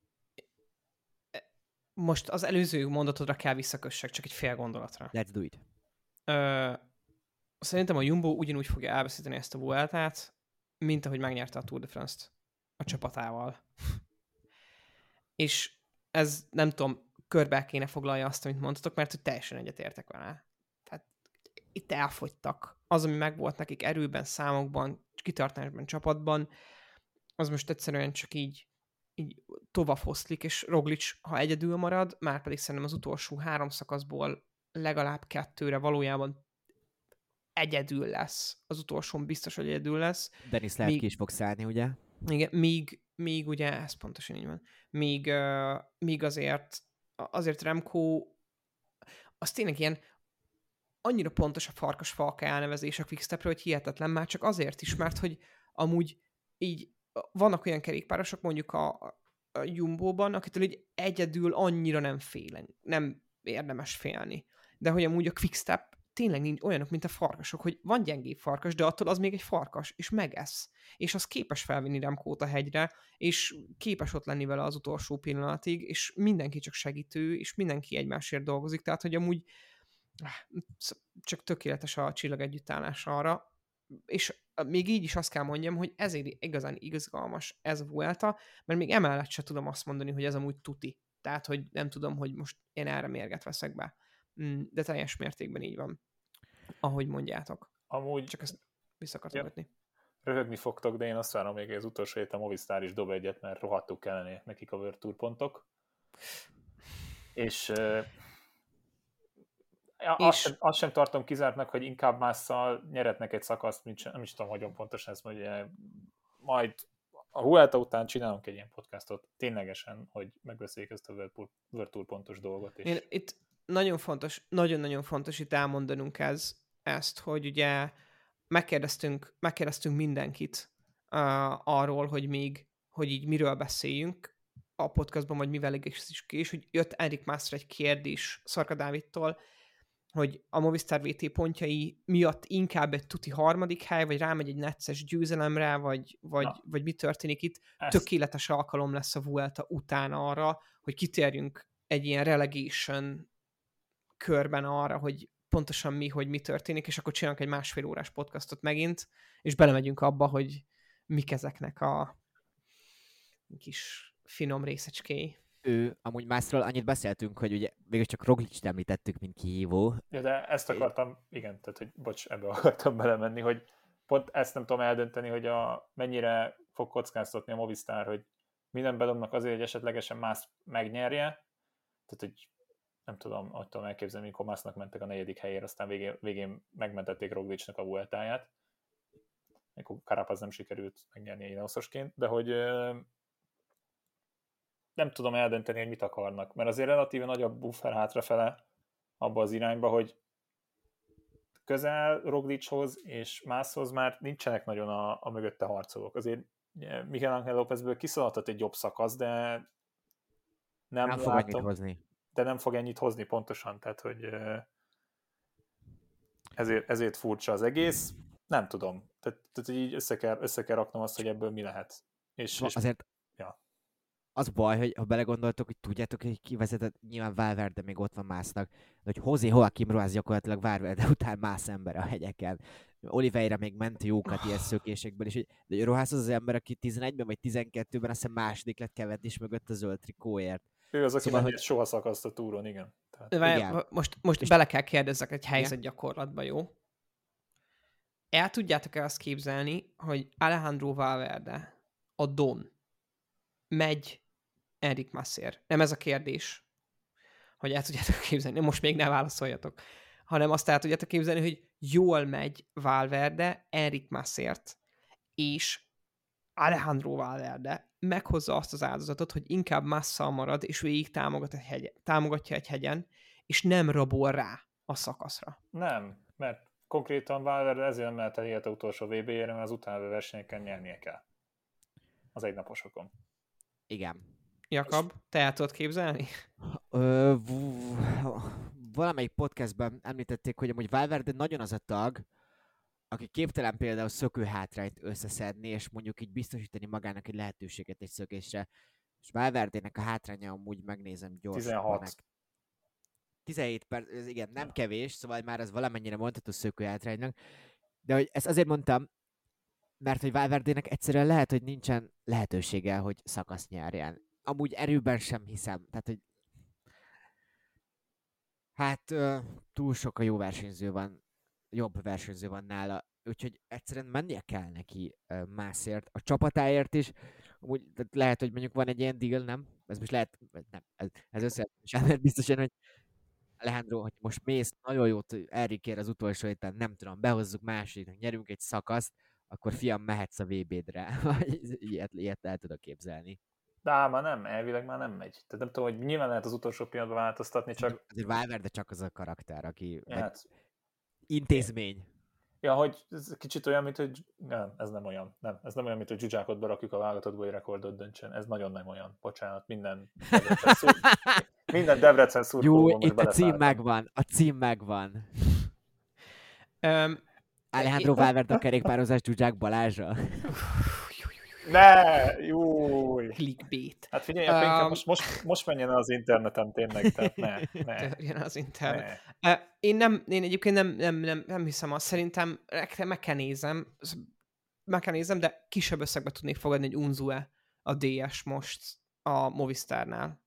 Most az előző mondatodra kell visszakössek, csak egy fél gondolatra. Let's do it. Ö, szerintem a Jumbo ugyanúgy fogja elveszíteni ezt a Vueltát, mint ahogy megnyerte a Tour de France-t a csapatával. És ez, nem tudom, körbe kéne foglalja azt, amit mondtatok, mert hogy teljesen egyetértek vele. Tehát itt elfogytak. Az, ami megvolt nekik erőben, számokban, kitartásban, csapatban, az most egyszerűen csak így, így tovább foszlik, és Roglic, ha egyedül marad, már pedig szerintem az utolsó három szakaszból legalább kettőre valójában egyedül lesz. Az utolsón biztos, hogy egyedül lesz. Denis lehet míg, ki is fog szállni, ugye? Igen, míg, míg ugye, ez pontosan így van, míg, uh, míg azért, azért Remco, az tényleg ilyen annyira pontos a farkas falka elnevezés a Quickstepről, hogy hihetetlen, már csak azért is, mert hogy amúgy így vannak olyan kerékpárosok mondjuk a, a Jumbo-ban, akitől így egyedül annyira nem félen, nem érdemes félni. De hogy amúgy a Quickstep tényleg nincs olyanok, mint a farkasok, hogy van gyengébb farkas, de attól az még egy farkas, és megesz. És az képes felvinni Remcót a hegyre, és képes ott lenni vele az utolsó pillanatig, és mindenki csak segítő, és mindenki egymásért dolgozik. Tehát, hogy amúgy csak tökéletes a csillag együttállás arra, és még így is azt kell mondjam, hogy ezért igazán igazgalmas ez a Vuelta, mert még emellett se tudom azt mondani, hogy ez amúgy tuti. Tehát, hogy nem tudom, hogy most én erre mérget veszek be. De teljes mértékben így van, ahogy mondjátok. Amúgy... Csak ezt vissza akartam ja. vetni. Röhögni fogtok, de én azt várom még, hogy az utolsó hét a Movistar is dob egyet, mert rohadtul kellene nekik a World Tour pontok. És... Ja, azt, sem, azt sem tartom kizártnak, hogy inkább másszal nyeretnek egy szakaszt, mint sem, nem is tudom, hogyan pontosan ezt mondja. Majd a Vuelta után csinálunk egy ilyen podcastot, ténylegesen, hogy megbeszéljük ezt a World Tour pontos dolgot. És... Én, itt nagyon fontos, nagyon-nagyon fontos itt elmondanunk ez, ezt, hogy ugye megkérdeztünk, megkérdeztünk mindenkit uh, arról, hogy még, hogy így miről beszéljünk a podcastban, vagy mivel egész ki, és hogy jött Enric Masra egy kérdés Szarka Dávidtól, hogy a Movistar vé té pontjai miatt inkább egy tuti harmadik hely, vagy rámegy egy necces győzelemre, vagy, vagy, vagy mi történik itt. Ezt. Tökéletes alkalom lesz a Vuelta után arra, hogy kitérjünk egy ilyen relegation körben arra, hogy pontosan mi, hogy mi történik, és akkor csinálunk egy másfél órás podcastot megint, és belemegyünk abba, hogy mik ezeknek a kis finom részecskéi. Ő, amúgy másról annyit beszéltünk, hogy ugye végül csak Roglicit említettük, mint kihívó. Ja, de ezt akartam, igen, tehát, hogy bocs, ebbe akartam belemenni, hogy pont ezt nem tudom eldönteni, hogy a, mennyire fog kockáztatni a Movistar, hogy minden bedobnak azért, hogy esetlegesen más megnyerje, tehát, hogy nem tudom, hogy tudom elképzelni, mikor Másnak mentek a negyedik helyére, aztán végén, végén megmentették Roglicnak a Vueltáját, mikor Carapaz nem sikerült megnyerni Ineososként, de hogy nem tudom eldönteni, hogy mit akarnak, mert azért relatíve nagy a buffer hátrafele abba az irányba, hogy közel Roglichoz és Máshoz már nincsenek nagyon a, a mögötte harcolók. Azért Miguel Ángel Lópezből kiszaladhat egy jobb szakasz, de nem, nem fog látom, ennyit hozni. De nem fog ennyit hozni pontosan, tehát hogy ezért, ezért furcsa az egész. Nem tudom. Tehát, tehát így össze kell, össze kell raknom azt, hogy ebből mi lehet. És, és azért ja. Az baj, hogy ha belegondoltok, hogy tudjátok, hogy ki vezetett, nyilván Valverde még ott van Másnak, de hogy José Joaquim Roaz gyakorlatilag Valverde után Más ember a hegyeken. Oliveira még ment jókat ilyen szökésekből, és hogy, de Roaz az az ember, aki tizenegyben vagy tizenkettőben azt hiszem második lett Cavendish mögött a zöld trikóért. Ő az, aki szóval, hogy... soha szakaszt a túron, igen. Tehát... igen. Most, most és... bele kell kérdezzek egy helyzet gyakorlatba, jó? El tudjátok-e azt képzelni, hogy Alejandro Valverde, a Don, megy Enric Masért? Nem ez a kérdés, hogy el tudjátok képzelni, most még ne válaszoljatok, hanem azt el tudjátok képzelni, hogy jól megy Valverde Enric Masért, és Alejandro Valverde meghozza azt az áldozatot, hogy inkább Massal marad, és végig támogat egy hegy, támogatja egy hegyen, és nem rabol rá a szakaszra. Nem, mert konkrétan Valverde ezért nem mehet el ilyet a utolsó vé bé-ére, mert az utána versenyeken nyernie kell. Az egynaposokon. Igen. Jakab, te el tudod képzelni? Ö, v- valamelyik podcastben említették, hogy amúgy Valverde nagyon az a tag, aki képtelen például szökőhátrányt összeszedni, és mondjuk így biztosítani magának egy lehetőséget egy szökésre. És Valverdének a hátránya amúgy megnézem gyorsan. tizenhat. tizenhét perc, ez igen, nem kevés, szóval már az valamennyire mondható szökőhátránynak. De hogy ezt azért mondtam, mert hogy Valverdének egyszerűen lehet, hogy nincsen lehetősége, hogy szakasz nyerjen. Amúgy erőben sem hiszem. Tehát, hogy hát uh, túl sok a jó versenyző van, jobb versenyző van nála, úgyhogy egyszerűen mennie kell neki uh, Másért, a csapatáért is. Amúgy lehet, hogy mondjuk van egy ilyen deal, nem? Ez most lehet, nem, ez, ez összehetősen, mert biztosan, hogy Alejandro, hogy most mész, nagyon jót Enricért az utolsó héten, nem tudom, behozzuk másodiknak, nyerünk egy szakaszt, akkor fiam, mehetsz a vé bé-dre. ilyet, ilyet el tudok képzelni. De már nem, elvileg már nem megy. Tehát nem tudom, hogy nyilván lehet az utolsó pillanatban változtatni, csak... Azért Valverde csak az a karakter, aki... Ja, hát... Intézmény. Ja, hogy ez kicsit olyan, mint hogy... Nem, ez nem olyan. Nem, ez nem olyan, mint hogy Zsuzsákot berakjuk a válogatottba, hogy rekordot döntsön. Ez nagyon nem olyan. Bocsánat, minden Debrecen, szur... minden Debrecen szurkolóban most itt a cím megvan. A cím megvan. Um, Alejandro Valverde a kerékpározás Zsuzsák Balázsa. Ne! Júj! Clickbait. Hát figyelj, akkor inkább Um, most, most, most menjen el az interneten tényleg, tehát ne, ne. Törjön az internet. ne. Uh, én nem, én egyébként nem, nem, nem, nem hiszem azt, szerintem meg, meg kell nézem, meg kell nézem, de kisebb összegbe tudnék fogadni egy Unzue a dé es most a Movistárnál.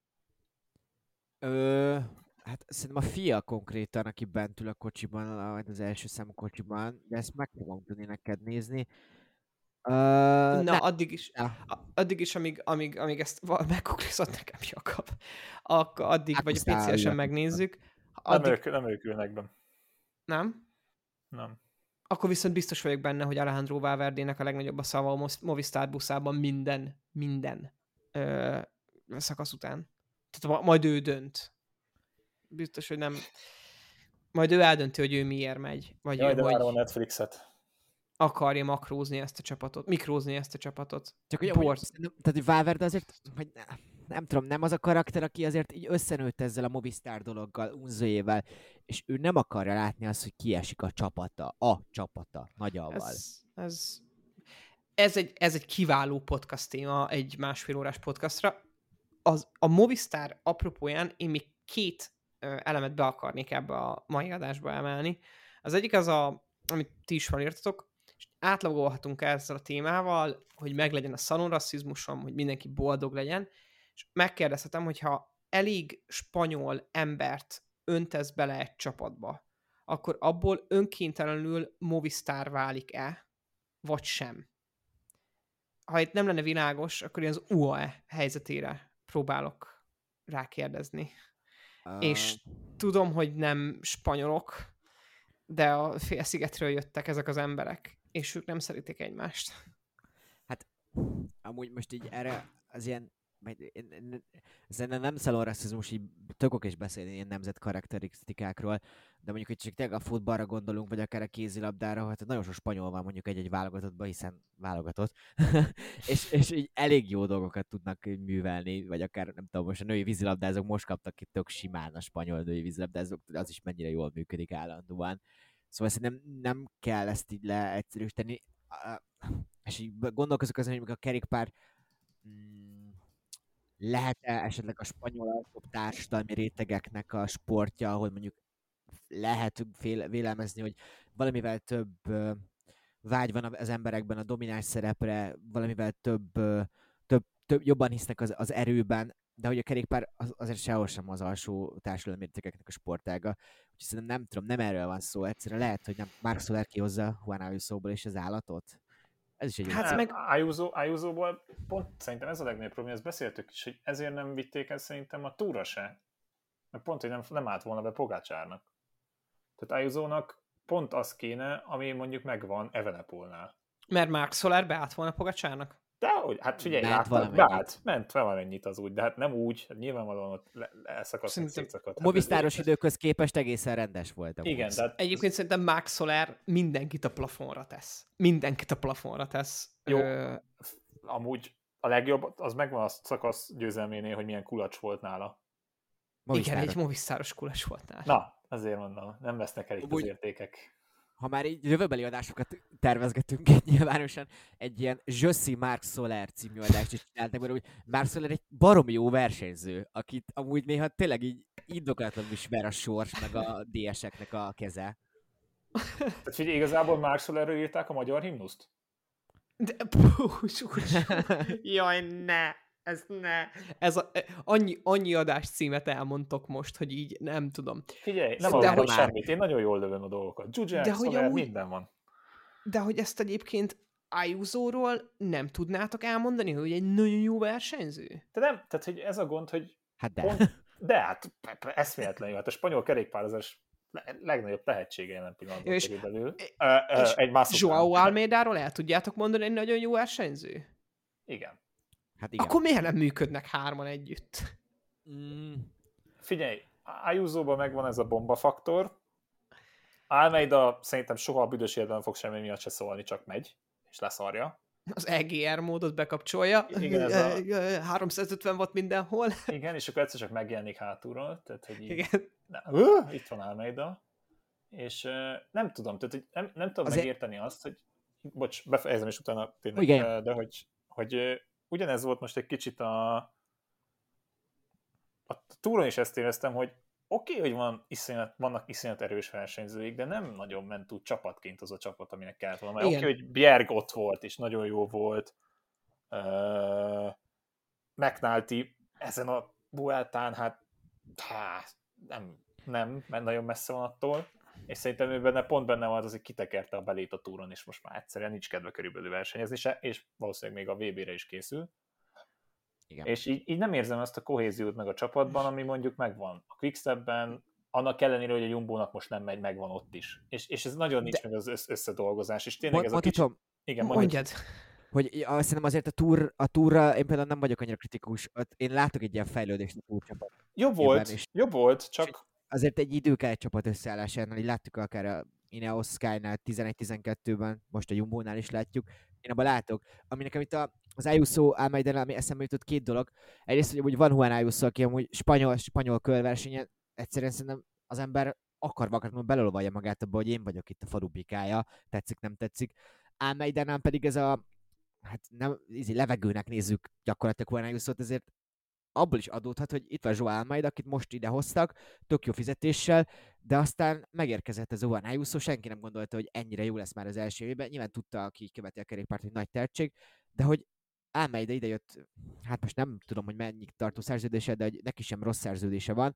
Ö, hát szerintem a fia konkrétan, aki bent ül a kocsiban, az első számú kocsiban, de ezt meg fogom tudni neked nézni. Ö, Na, ne, addig is, ne. a- addig is, amíg, amíg, amíg ezt megkuklizott nekem Jakab, akkor addig, Hát vagy a aztán pé cé esen jön. megnézzük. Nem, Addig, ők, nem ők ülnek be. nem? Nem. Akkor viszont biztos vagyok benne, hogy Alejandro Valverdének a legnagyobb a szava a Mos- Movistar buszában minden, minden ö, szakasz után. Tehát ma- majd ő dönt. Biztos, hogy nem. Majd ő eldönti, hogy ő miért megy. Vagy Jaj, de hogy várom a Netflixet. akarja makrózni ezt a csapatot. Mikrózni ezt a csapatot. Csak ugye, Bort. hogy, szerintem- tehát, hogy Valverde azért, vagy ne, nem tudom, nem az a karakter, aki azért így összenőtt ezzel a Movistar dologgal, Unzuével, és ő nem akarja látni azt, hogy kiesik a csapata, a csapata, nagyaval. Ez, ez, ez, egy, ez egy kiváló podcast téma, egy másfél órás podcastra. Az, a Movistar apropóján én még két ö, elemet be akarnék ebbe a mai adásba emelni. Az egyik az, a, amit ti is felírtatok, és átlagolhatunk ezzel a témával, hogy meglegyen a szalonrasszizmusom, hogy mindenki boldog legyen, és megkérdezhetem, hogyha elég spanyol embert öntesz bele egy csapatba, akkor abból önkéntelenül Movistar válik-e, vagy sem? Ha itt nem lenne világos, akkor én az u á é helyzetére próbálok rákérdezni. Uh, És tudom, hogy nem spanyolok, de a félszigetről jöttek ezek az emberek, és ők nem szeretik egymást. amúgy most így erre az ilyen, majd én- én- szerintem nem szalonrasszizmus, így tök okés beszélni ilyen nemzet karakterisztikákról, de mondjuk, hogy csak tényleg a futballra gondolunk, vagy akár a kézilabdára, hát nagyon sok spanyol van mondjuk egy-egy válogatottban, hiszen válogatott, és, és így elég jó dolgokat tudnak így művelni, vagy akár nem tudom, most a női vízilabdázók most kaptak itt tök simán a spanyol női vízilabdázók, de az is mennyire jól működik állandóan. Szóval szerintem nem kell ezt így leegyszerűsíteni, Ah, és így gondolkozok azon, hogy még a kerékpár mm, lehet-e esetleg a spanyol alsóbb társadalmi rétegeknek a sportja, ahol mondjuk lehet fél, vélelmezni, hogy valamivel több ö, vágy van az emberekben a domináns szerepre, valamivel több, ö, több, több jobban hisznek az, az erőben, de hogy a kerékpár az, azért sehol sem az alsó társadalmi rétegeknek a sportága. Úgyhogy szerintem nem tudom, nem erről van szó. Egyszerűen lehet, hogy nem Marc Soler kihozza Juan Ayuso-ból és az állatot. Ez is egy Hát hát, meg- Ayuso, Ayuso-ból pont szerintem ez a legnagyobb probléma, ezt beszéltük is, hogy ezért nem vitték el szerintem a túra se. Mert pont, hogy nem, nem állt volna be Pogacsárnak. Tehát Ayuso-nak pont az kéne, ami mondjuk megvan Evenepoelnál. Mert Marc Soler beállt volna Pogacsárnak? De hogy, hát figyelj, Ment láttad, valamennyit. beállt, ment valamennyit az úgy, de hát nem úgy, hát nyilvánvalóan ott le, elszakadt, Szerintem szétszakadt. a Hát Movistáros ez- időköz képest egészen rendes volt. amúgy. Igen, tehát Egyébként szerintem Marc Soler mindenkit a plafonra tesz. Mindenkit a plafonra tesz. Jó. Ö, amúgy a legjobb, az megvan a szakasz győzelménél, hogy milyen kulacs volt nála. igen, Movistáros. egy Movistaros kulas volt nála. Na, azért mondom, nem vesznek el itt az Amúgy- értékek. Ha már így jövőbeli adásokat tervezgetünk egy nyilvánosan, egy ilyen Jössi Marc Soler című adást is csináltak, mert úgy Marc Soler egy baromi jó versenyző, akit amúgy néha tényleg így indokolatlanul is ver a sors, meg a dé eseknek a keze. Tehát figyelj, igazából Marc Solerről írták a magyar himnuszt? De, pús, ús, jaj, ne! Ez ne! Ez a, annyi, annyi adás címet elmondtok most, hogy így nem tudom. Figyelj, nem De aludtam hogy- semmit, én nagyon jól lövöm a dolgokat. Zsuzsák, De hogy Soler, amúgy- minden van. De hogy ezt egyébként Ayuso-ról nem tudnátok elmondani, hogy egy nagyon jó versenyző? De nem, tehát hogy ez a gond, hogy Hát de. pont, de hát pe- pe- eszméletlenül, hát a spanyol kerékpározás le- legnagyobb tehetsége jelen pillanatban És- körülbelül. és Ö, ö, egy más Joao Almeidáról el tudjátok mondani, egy nagyon jó versenyző? Igen. Hát igen. Akkor miért nem működnek hárman együtt? Mm, Figyelj, Ayuso-ban megvan ez a bombafaktor. Almeida szerintem soha a büdös életben nem fog semmi miatt se szólni, csak megy, és leszarja. Az e gé er módot bekapcsolja. Igen, ez a- háromszázötven watt mindenhol. Igen, és akkor egyszer csak megjelenik hátulról, tehát hogy így, Igen. na, uh, itt van Almeida, és uh, nem tudom, tehát hogy nem, nem tudom Azért- megérteni azt, hogy bocs, befejezem, és utána tényleg, Igen. uh, de hogy, hogy ö, ugyanez volt most egy kicsit a a túron is ezt éreztem, hogy oké, okay, hogy van iszonyat, vannak iszonyat erős versenyzőik, de nem nagyon ment úgy csapatként az a csapat, aminek kellett volna. Oké, okay, hogy Bjerg ott volt, és nagyon jó volt. Uh, McNulty ezen a Vueltán, hát há, nem, nem, mert nagyon messze van attól. És szerintem ő benne, pont benne van az, hogy kitekerte a belét a túron, és most már egyszerűen nincs kedve körülbelül versenyezni se, és valószínűleg még a vé bére is készül. Igen. És így, így nem érzem azt a kohéziót meg a csapatban, ami mondjuk megvan. A Quickstepben, annak ellenére, hogy a Jumbónak most nem megy, megvan ott is. És, és ez nagyon nincs de... meg az összedolgozás. És tényleg ez a kicsi... Igen, mondjad. Hogy azt hiszem azért a, túr, a túrra én például nem vagyok annyira kritikus. Én látok egy ilyen fejlődést a túrcsapat. Jobb volt, és jobb volt, csak... Azért egy idő kell egy csapat összeállásánál, így láttuk akár a Ineos Sky-nál tizenegy tizenkettőben, most a Jumbónál is látjuk. Én abban látok, ami nekem itt a, az Ayuso Almeida-nál, ami eszembe jutott két dolog. Egyrészt, hogy amúgy van Juan Ayuso, aki amúgy spanyol, spanyol körversenyen, egyszerűen szerintem az ember akar vakatlanul belolvalja magát abba, hogy én vagyok itt a farubikája, tetszik, nem tetszik. Almeida-nál pedig ez a, hát nem, ízi, levegőnek nézzük gyakorlatilag Juan Ayusot, ezért abból is adódhat, hogy itt van Joao Almeida, akit most ide hoztak, tök jó fizetéssel, de aztán megérkezett ez a Juan Ayuso, senki nem gondolta, hogy ennyire jó lesz már az első évben. Nyilván tudta, aki követi a kerékpárt, hogy nagy tehetség, de hogy Almeida idejött, hát most nem tudom, hogy mennyi tartó szerződése, de hogy neki sem rossz szerződése van,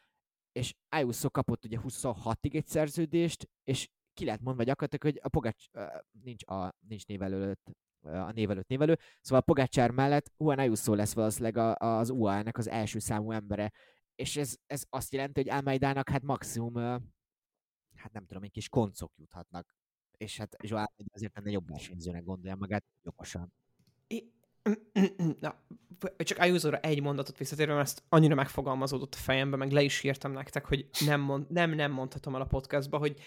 és Ayuso kapott ugye huszonhatig egy szerződést, és ki lehet mondva gyakorlatilag, hogy a Pogács, uh, nincs, a, nincs névelőtt, a név előtt névelő, szóval a Pogácsár mellett Juan Ayuso lesz valószínűleg a, az u á é-nek az első számú embere, és ez, ez azt jelenti, hogy Almeidának hát maximum, hát nem tudom, egy kis koncok juthatnak, és hát Joao Almeida azért ennél jobb versenyzőnek gondolja magát, jogosan. I- Na, csak Ayusóra egy mondatot visszatérve, mert ezt annyira megfogalmazódott a fejembe, meg le is írtam nektek, hogy nem, mond, nem, nem mondhatom el a podcastba, hogy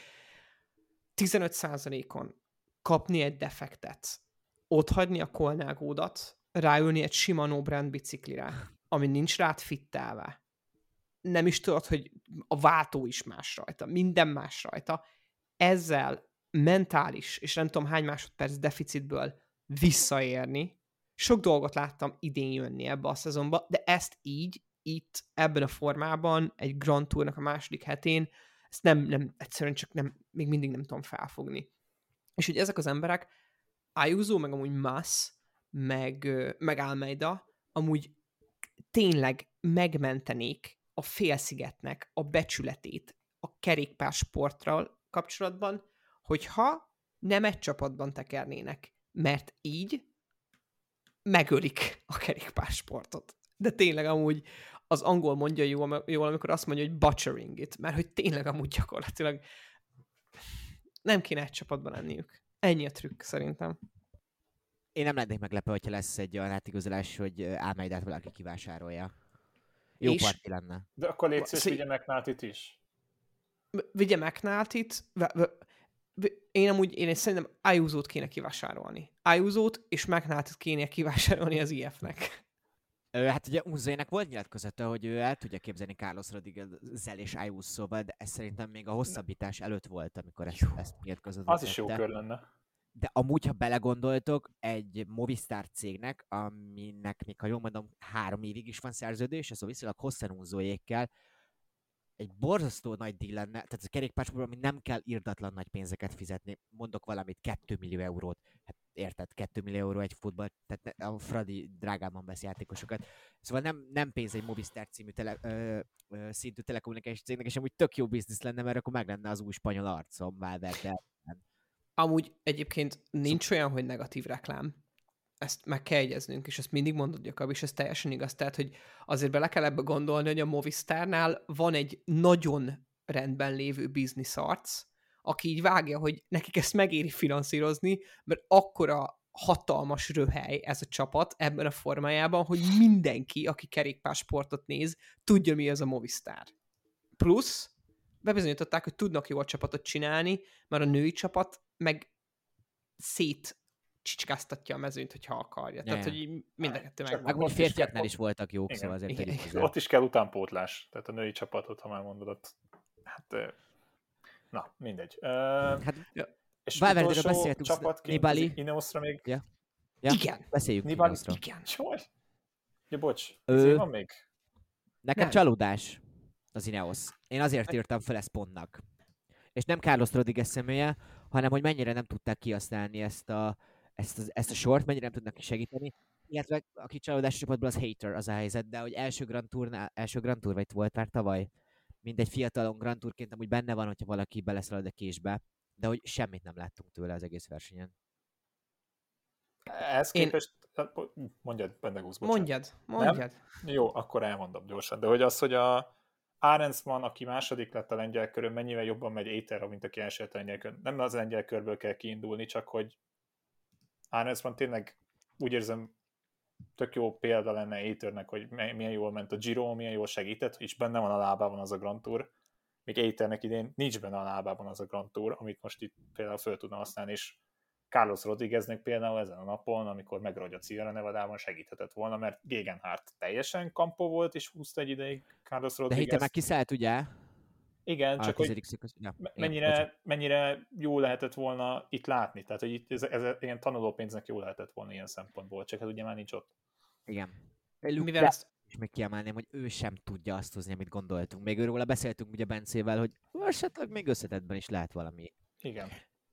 tizenöt százalékon kapni egy defektet, otthagyni a kolnágódat, ráülni egy sima no-brand biciklire, ami nincs rád fittelve. Nem is tudod, hogy a váltó is más rajta, minden más rajta. Ezzel mentális, és nem tudom hány másodperc deficitből visszaérni. Sok dolgot láttam idén jönni ebbe a szezonba, de ezt így, itt, ebben a formában, egy Grand Tournak a második hetén, ezt nem, nem, egyszerűen csak nem, még mindig nem tudom felfogni. És hogy ezek az emberek, Ayuso, meg amúgy Mas, meg, meg Almeida, amúgy tényleg megmentenék a félszigetnek a becsületét a kerékpársportral kapcsolatban, hogyha nem egy csapatban tekernének, mert így megölik a kerékpársportot. De tényleg amúgy az angol mondja jól, jól, amikor azt mondja, hogy butchering it, mert hogy tényleg amúgy gyakorlatilag nem kéne egy csapatban lenniük. Ennyi a trükk, szerintem. Én nem lennék meglepő, hogyha lesz egy olyan átigazolás, hogy Almeidát valaki kivásárolja. Jó és... parti lenne. De akkor légy szíves, vigye McNultyt is. Vigye McNultyt. Én amúgy, én szerintem Ayusót kéne kivásárolni. Ayusót és McNultyt kéne kivásárolni az i ef-nek. Hát ugye Unzének volt nyilatkozata, hogy ő el tudja képzelni Carlos Rodriguez-zel és Ayusoval, de ez szerintem még a hosszabbítás előtt volt, amikor ezt, ezt nyilatkozott. Az is jó kör lenne. De amúgy, ha belegondoltok, egy Movistar cégnek, aminek még, ha jól mondom, három évig is van szerződés, ez a viszonylag hosszan Unzóékkel, egy borzasztó nagy díj lenne, tehát ez a kerékpársportban, ami nem kell irdatlan nagy pénzeket fizetni. Mondok valamit, két millió eurót. Hát érted, két millió euró egy futball, tehát a Fradi drágában vesz játékosokat. Szóval nem, nem pénz egy Movistar című tele, ö, ö, szintű telekommunikációs cégnek, és amúgy tök jó biznisz lenne, mert akkor meg lenne az új spanyol arcom, Valverde. Amúgy egyébként nincs olyan, hogy negatív reklám. Ezt meg kell egyeznünk, és ezt mindig mondod, Jakab, és ez teljesen igaz. Tehát, hogy azért bele kell ebbe gondolni, hogy a Movistarnál van egy nagyon rendben lévő bizniszarc, aki így vágja, hogy nekik ezt megéri finanszírozni, mert akkora hatalmas röhely ez a csapat ebben a formájában, hogy mindenki, aki kerékpársportot néz, tudja, mi az a Movistar. Plusz bebizonyították, hogy tudnak jól csapatot csinálni, mert a női csapat meg szét csicskáztatja a mezőnyt, hogyha akarja. Ja, tehát, hogy mind a kettő meg. Meg most férfiaknál is voltak jók, szóval azért igen, igen. Ott is kell utánpótlás. Tehát a női csapatot, ha már mondod, ott, hát na, mindegy. Uh, hát, és Valverdéről beszéltünk, csapatként Nibali. Ineosra még... Ja. Ja? Igen. Beszéljük Mi van? Ineosról. Igen. Csaj. Ja, bocs. Ö- Ezért van még? Nekem Nem. csalódás az Ineos. Én azért írtam fel ezt pontnak. És nem Carlos Rodriguez személye, hanem hogy mennyire nem tudták kihasználni ezt a, ezt a, ezt a sort, mennyire nem tudnak segíteni. Illetve aki csalódás csapatból, az Hater az a helyzet, de hogy első Grand Tournál, első Grand Tour, vagy volt már tavaly, mindegy fiatalon Grand Tourként amúgy benne van, hogyha valaki beleszalad a késbe, de hogy semmit nem láttunk tőle az egész versenyen. Ehhez Én- képest... Mondjad, Bendegúz, bocsánat. Mondjad, mondjad. Jó, akkor elmondom gyorsan. De hogy az, hogy a Arensman, aki második lett a lengyel körön, mennyivel jobban megy Éterra, mint aki első lett a lengyel körön. Nem az lengyel körből kell kiindulni, csak hogy Arensman tényleg úgy érzem, tök jó példa lenne Éternek, hogy milyen jól ment a Giro, milyen jól segített, és benne van a lábában az a Grand Tour. Még Éternek idén nincs benne a lábában az a Grand Tour, amit most itt például föl tudna használni, és Carlos Rodrigueznek például ezen a napon, amikor megrogy a Sierra Nevadában, segíthetett volna, mert Gegenhardt teljesen kampó volt, és húzta egy ideig Carlos De Rodriguez. Hater már kiszállt, ugye? Igen, A csak hogy tizedik szakasz- ja, igen, mennyire, bocsánat. mennyire jó lehetett volna itt látni. Tehát, hogy itt ez, ez ilyen tanulópénznek jó lehetett volna ilyen szempontból, csak hát ugye már nincs ott. Igen. Mivel De- ezt És még kiemelném, hogy ő sem tudja azt hozni, amit gondoltunk. Még őróla beszéltünk ugye Bencével, hogy esetleg még összetettben is lehet valami. Igen.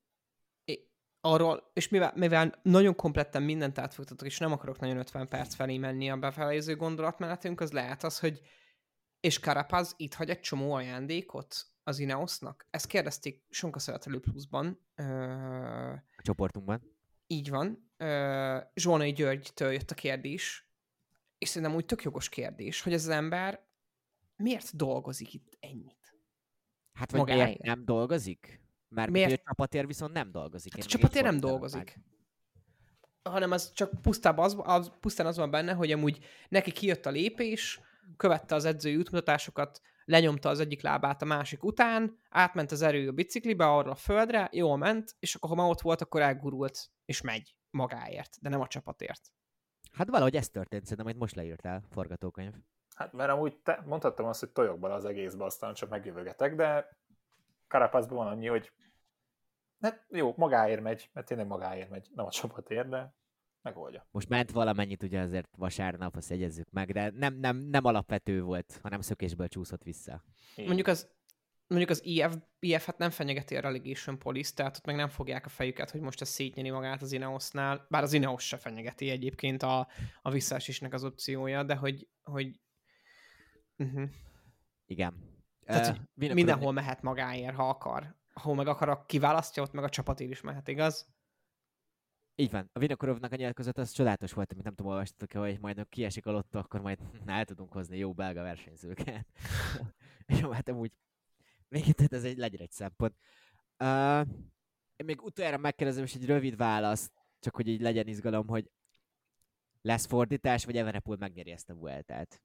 arról, és mivel, mivel nagyon kompletten mindent átfogtatok, és nem akarok nagyon ötven perc felé menni a befelező gondolatmenetünk, az lehet az, hogy és Carapaz itt hagy egy csomó ajándékot az Ineosnak? Ezt kérdezték Sonka Szeretelő Pluszban. Ö, A csoportunkban. így van. Ö, Zsolnai Györgytől jött a kérdés, és szerintem úgy tök jogos kérdés, hogy ez az ember miért dolgozik itt ennyit? Hát vagy Magáért. miért nem dolgozik? Mert Miért? miért? A csapatért viszont nem dolgozik. Hát a Én még csapatért egy nem sort dolgozik. vág. Hanem az csak pusztán az, az, pusztán az van benne, hogy amúgy neki kijött a lépés, követte az edzői útmutatásokat, lenyomta az egyik lábát a másik után, átment az erő a biciklibe, arra a földre, jól ment, és akkor ha már ott volt, akkor elgurult, és megy magáért, de nem a csapatért. Hát valahogy ez történt, szerintem, amit most leírtál, forgatókönyv. Hát mert amúgy te, mondhattam azt, hogy tojok bele az egészbe, aztán csak megjövögetek, de Carapazban van annyi, hogy hát jó, magáért megy, mert tényleg magáért megy, nem a csapatért, de megoldja. Most ment valamennyit ugye azért vasárnap, azt jegyezzük meg, de nem, nem, nem alapvető volt, hanem szökésből csúszott vissza. Így. Mondjuk az, mondjuk az i ef, i ef hát nem fenyegeti a relegation police, tehát ott meg nem fogják a fejüket, hogy most ez szétnyeni magát az Ineosnál, bár az Ineos se fenyegeti egyébként a, a visszaesésnek az opciója, de hogy, hogy uh-huh. Igen. Tehát, Uh, hogy mindenhol mehet magáért, ha akar. Ahol meg akar, kiválasztja, ott meg a csapatért is mehet, igaz? Így van. A Vinokurovnak a nyilatkozat az csodálatos volt, amit nem tudom, olvastatok-e, hogy majd kiesik a lottó, akkor majd el tudunk hozni jó belga versenyzőket. Jó, hát amúgy még itt ez egy, legyen egy szempont. Uh, én még utoljára megkérdezem, és egy rövid válasz, csak hogy így legyen izgalom, hogy lesz fordítás, vagy Evenepoel megnyeri ezt a Vueltát?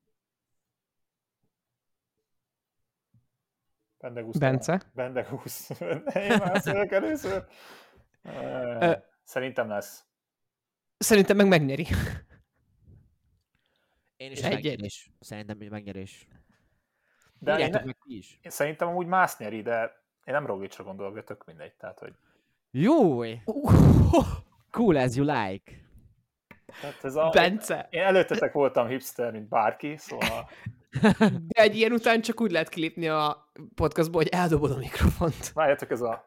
Bendegúz. Bence? Bendegúz. Én már szólok először. Ö, Szerintem lesz. Szerintem meg megnyeri. Én is Egy-egy. megnyerés. Szerintem egy megnyerés. De én, Írjátok ne, meg ti is. én szerintem amúgy más nyeri, de én nem Roglicsra gondolok, de tök mindegy. Tehát, hogy Jój! Cool as you like. tehát ez a, Bence! én előttetek voltam hipster, mint bárki, szóval De egy ilyen után csak úgy lehet kilépni a podcastból, hogy eldobod a mikrofont. várjatok, ez a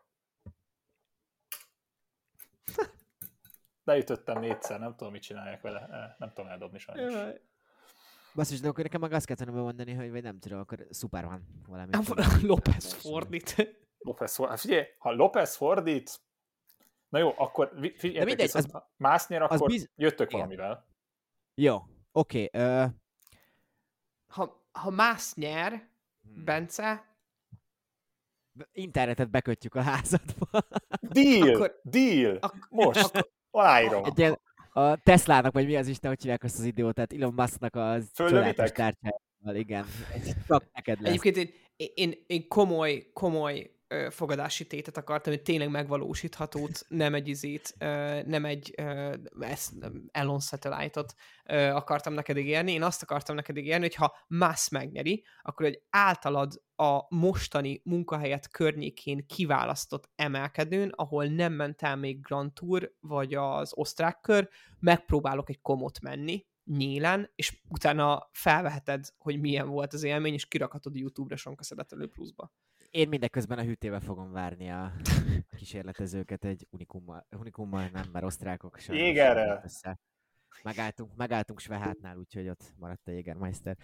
leütöttem négyszer, nem tudom, mit csinálják vele, nem tudom eldobni sajnos. Basszus, de akkor nekem meg azt kellene mondani, hogy vagy nem tudom, akkor szuper van valami. López fordít. López fordít. Figyelj, ha López fordít, na jó, akkor figyeljetek, mindegy, viszont, ha más nyer, akkor biz- jöttök igen. valamivel. Jó, oké. Okay, uh... Ha, ha más nyer, Bence, internetet bekötjük a házadba. Deal! Akkor- Deal! ak- Most! akkor- Aláírom! Egy ilyen, a Teslának, vagy mi az Isten, hogy hívják azt az idiótát, Elon Musknak az Föllövitek? csodálatos tárcsájával, igen. Csak neked lesz. egyébként én, én, én komoly, komoly ö, fogadási tétet akartam, hogy tényleg megvalósíthatót, nem egy izét, ö, nem egy ö, ezt, Elon Satellite-ot ö, akartam neked ígérni. Én azt akartam neked ígérni, hogy ha Musk megnyeri, akkor egy általad a mostani munkahelyet környékén kiválasztott emelkedőn, ahol nem ment el még Grand Tour, vagy az osztrák kör, megpróbálok egy komot menni, nyílen, és utána felveheted, hogy milyen volt az élmény, és kirakhatod a YouTube-ra Sonka Szeretelő Pluszba. Én mindeközben a hűtével fogom várni a kísérletezőket egy unikummal, unikummal nem, mert osztrákok sem. Jégerrel. Megálltunk, megálltunk Svehátnál, úgyhogy ott maradt a Jägermeister.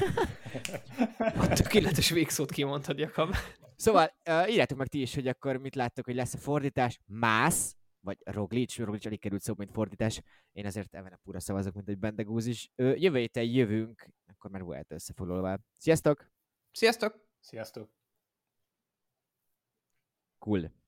A tökéletes végszót kimondtad, Jakab. Szóval uh, írjátok meg ti is, hogy akkor mit láttok, hogy lesz a fordítás. Mász, vagy Roglic, Roglic alig került szó, mint fordítás. Én ezért Evenepoelra szavazok, mint egy Bendegúz is. Ö, jövő héten jövünk, akkor már Vuelta összefoglalóval. Sziasztok! Sziasztok! Sziasztok! Cool.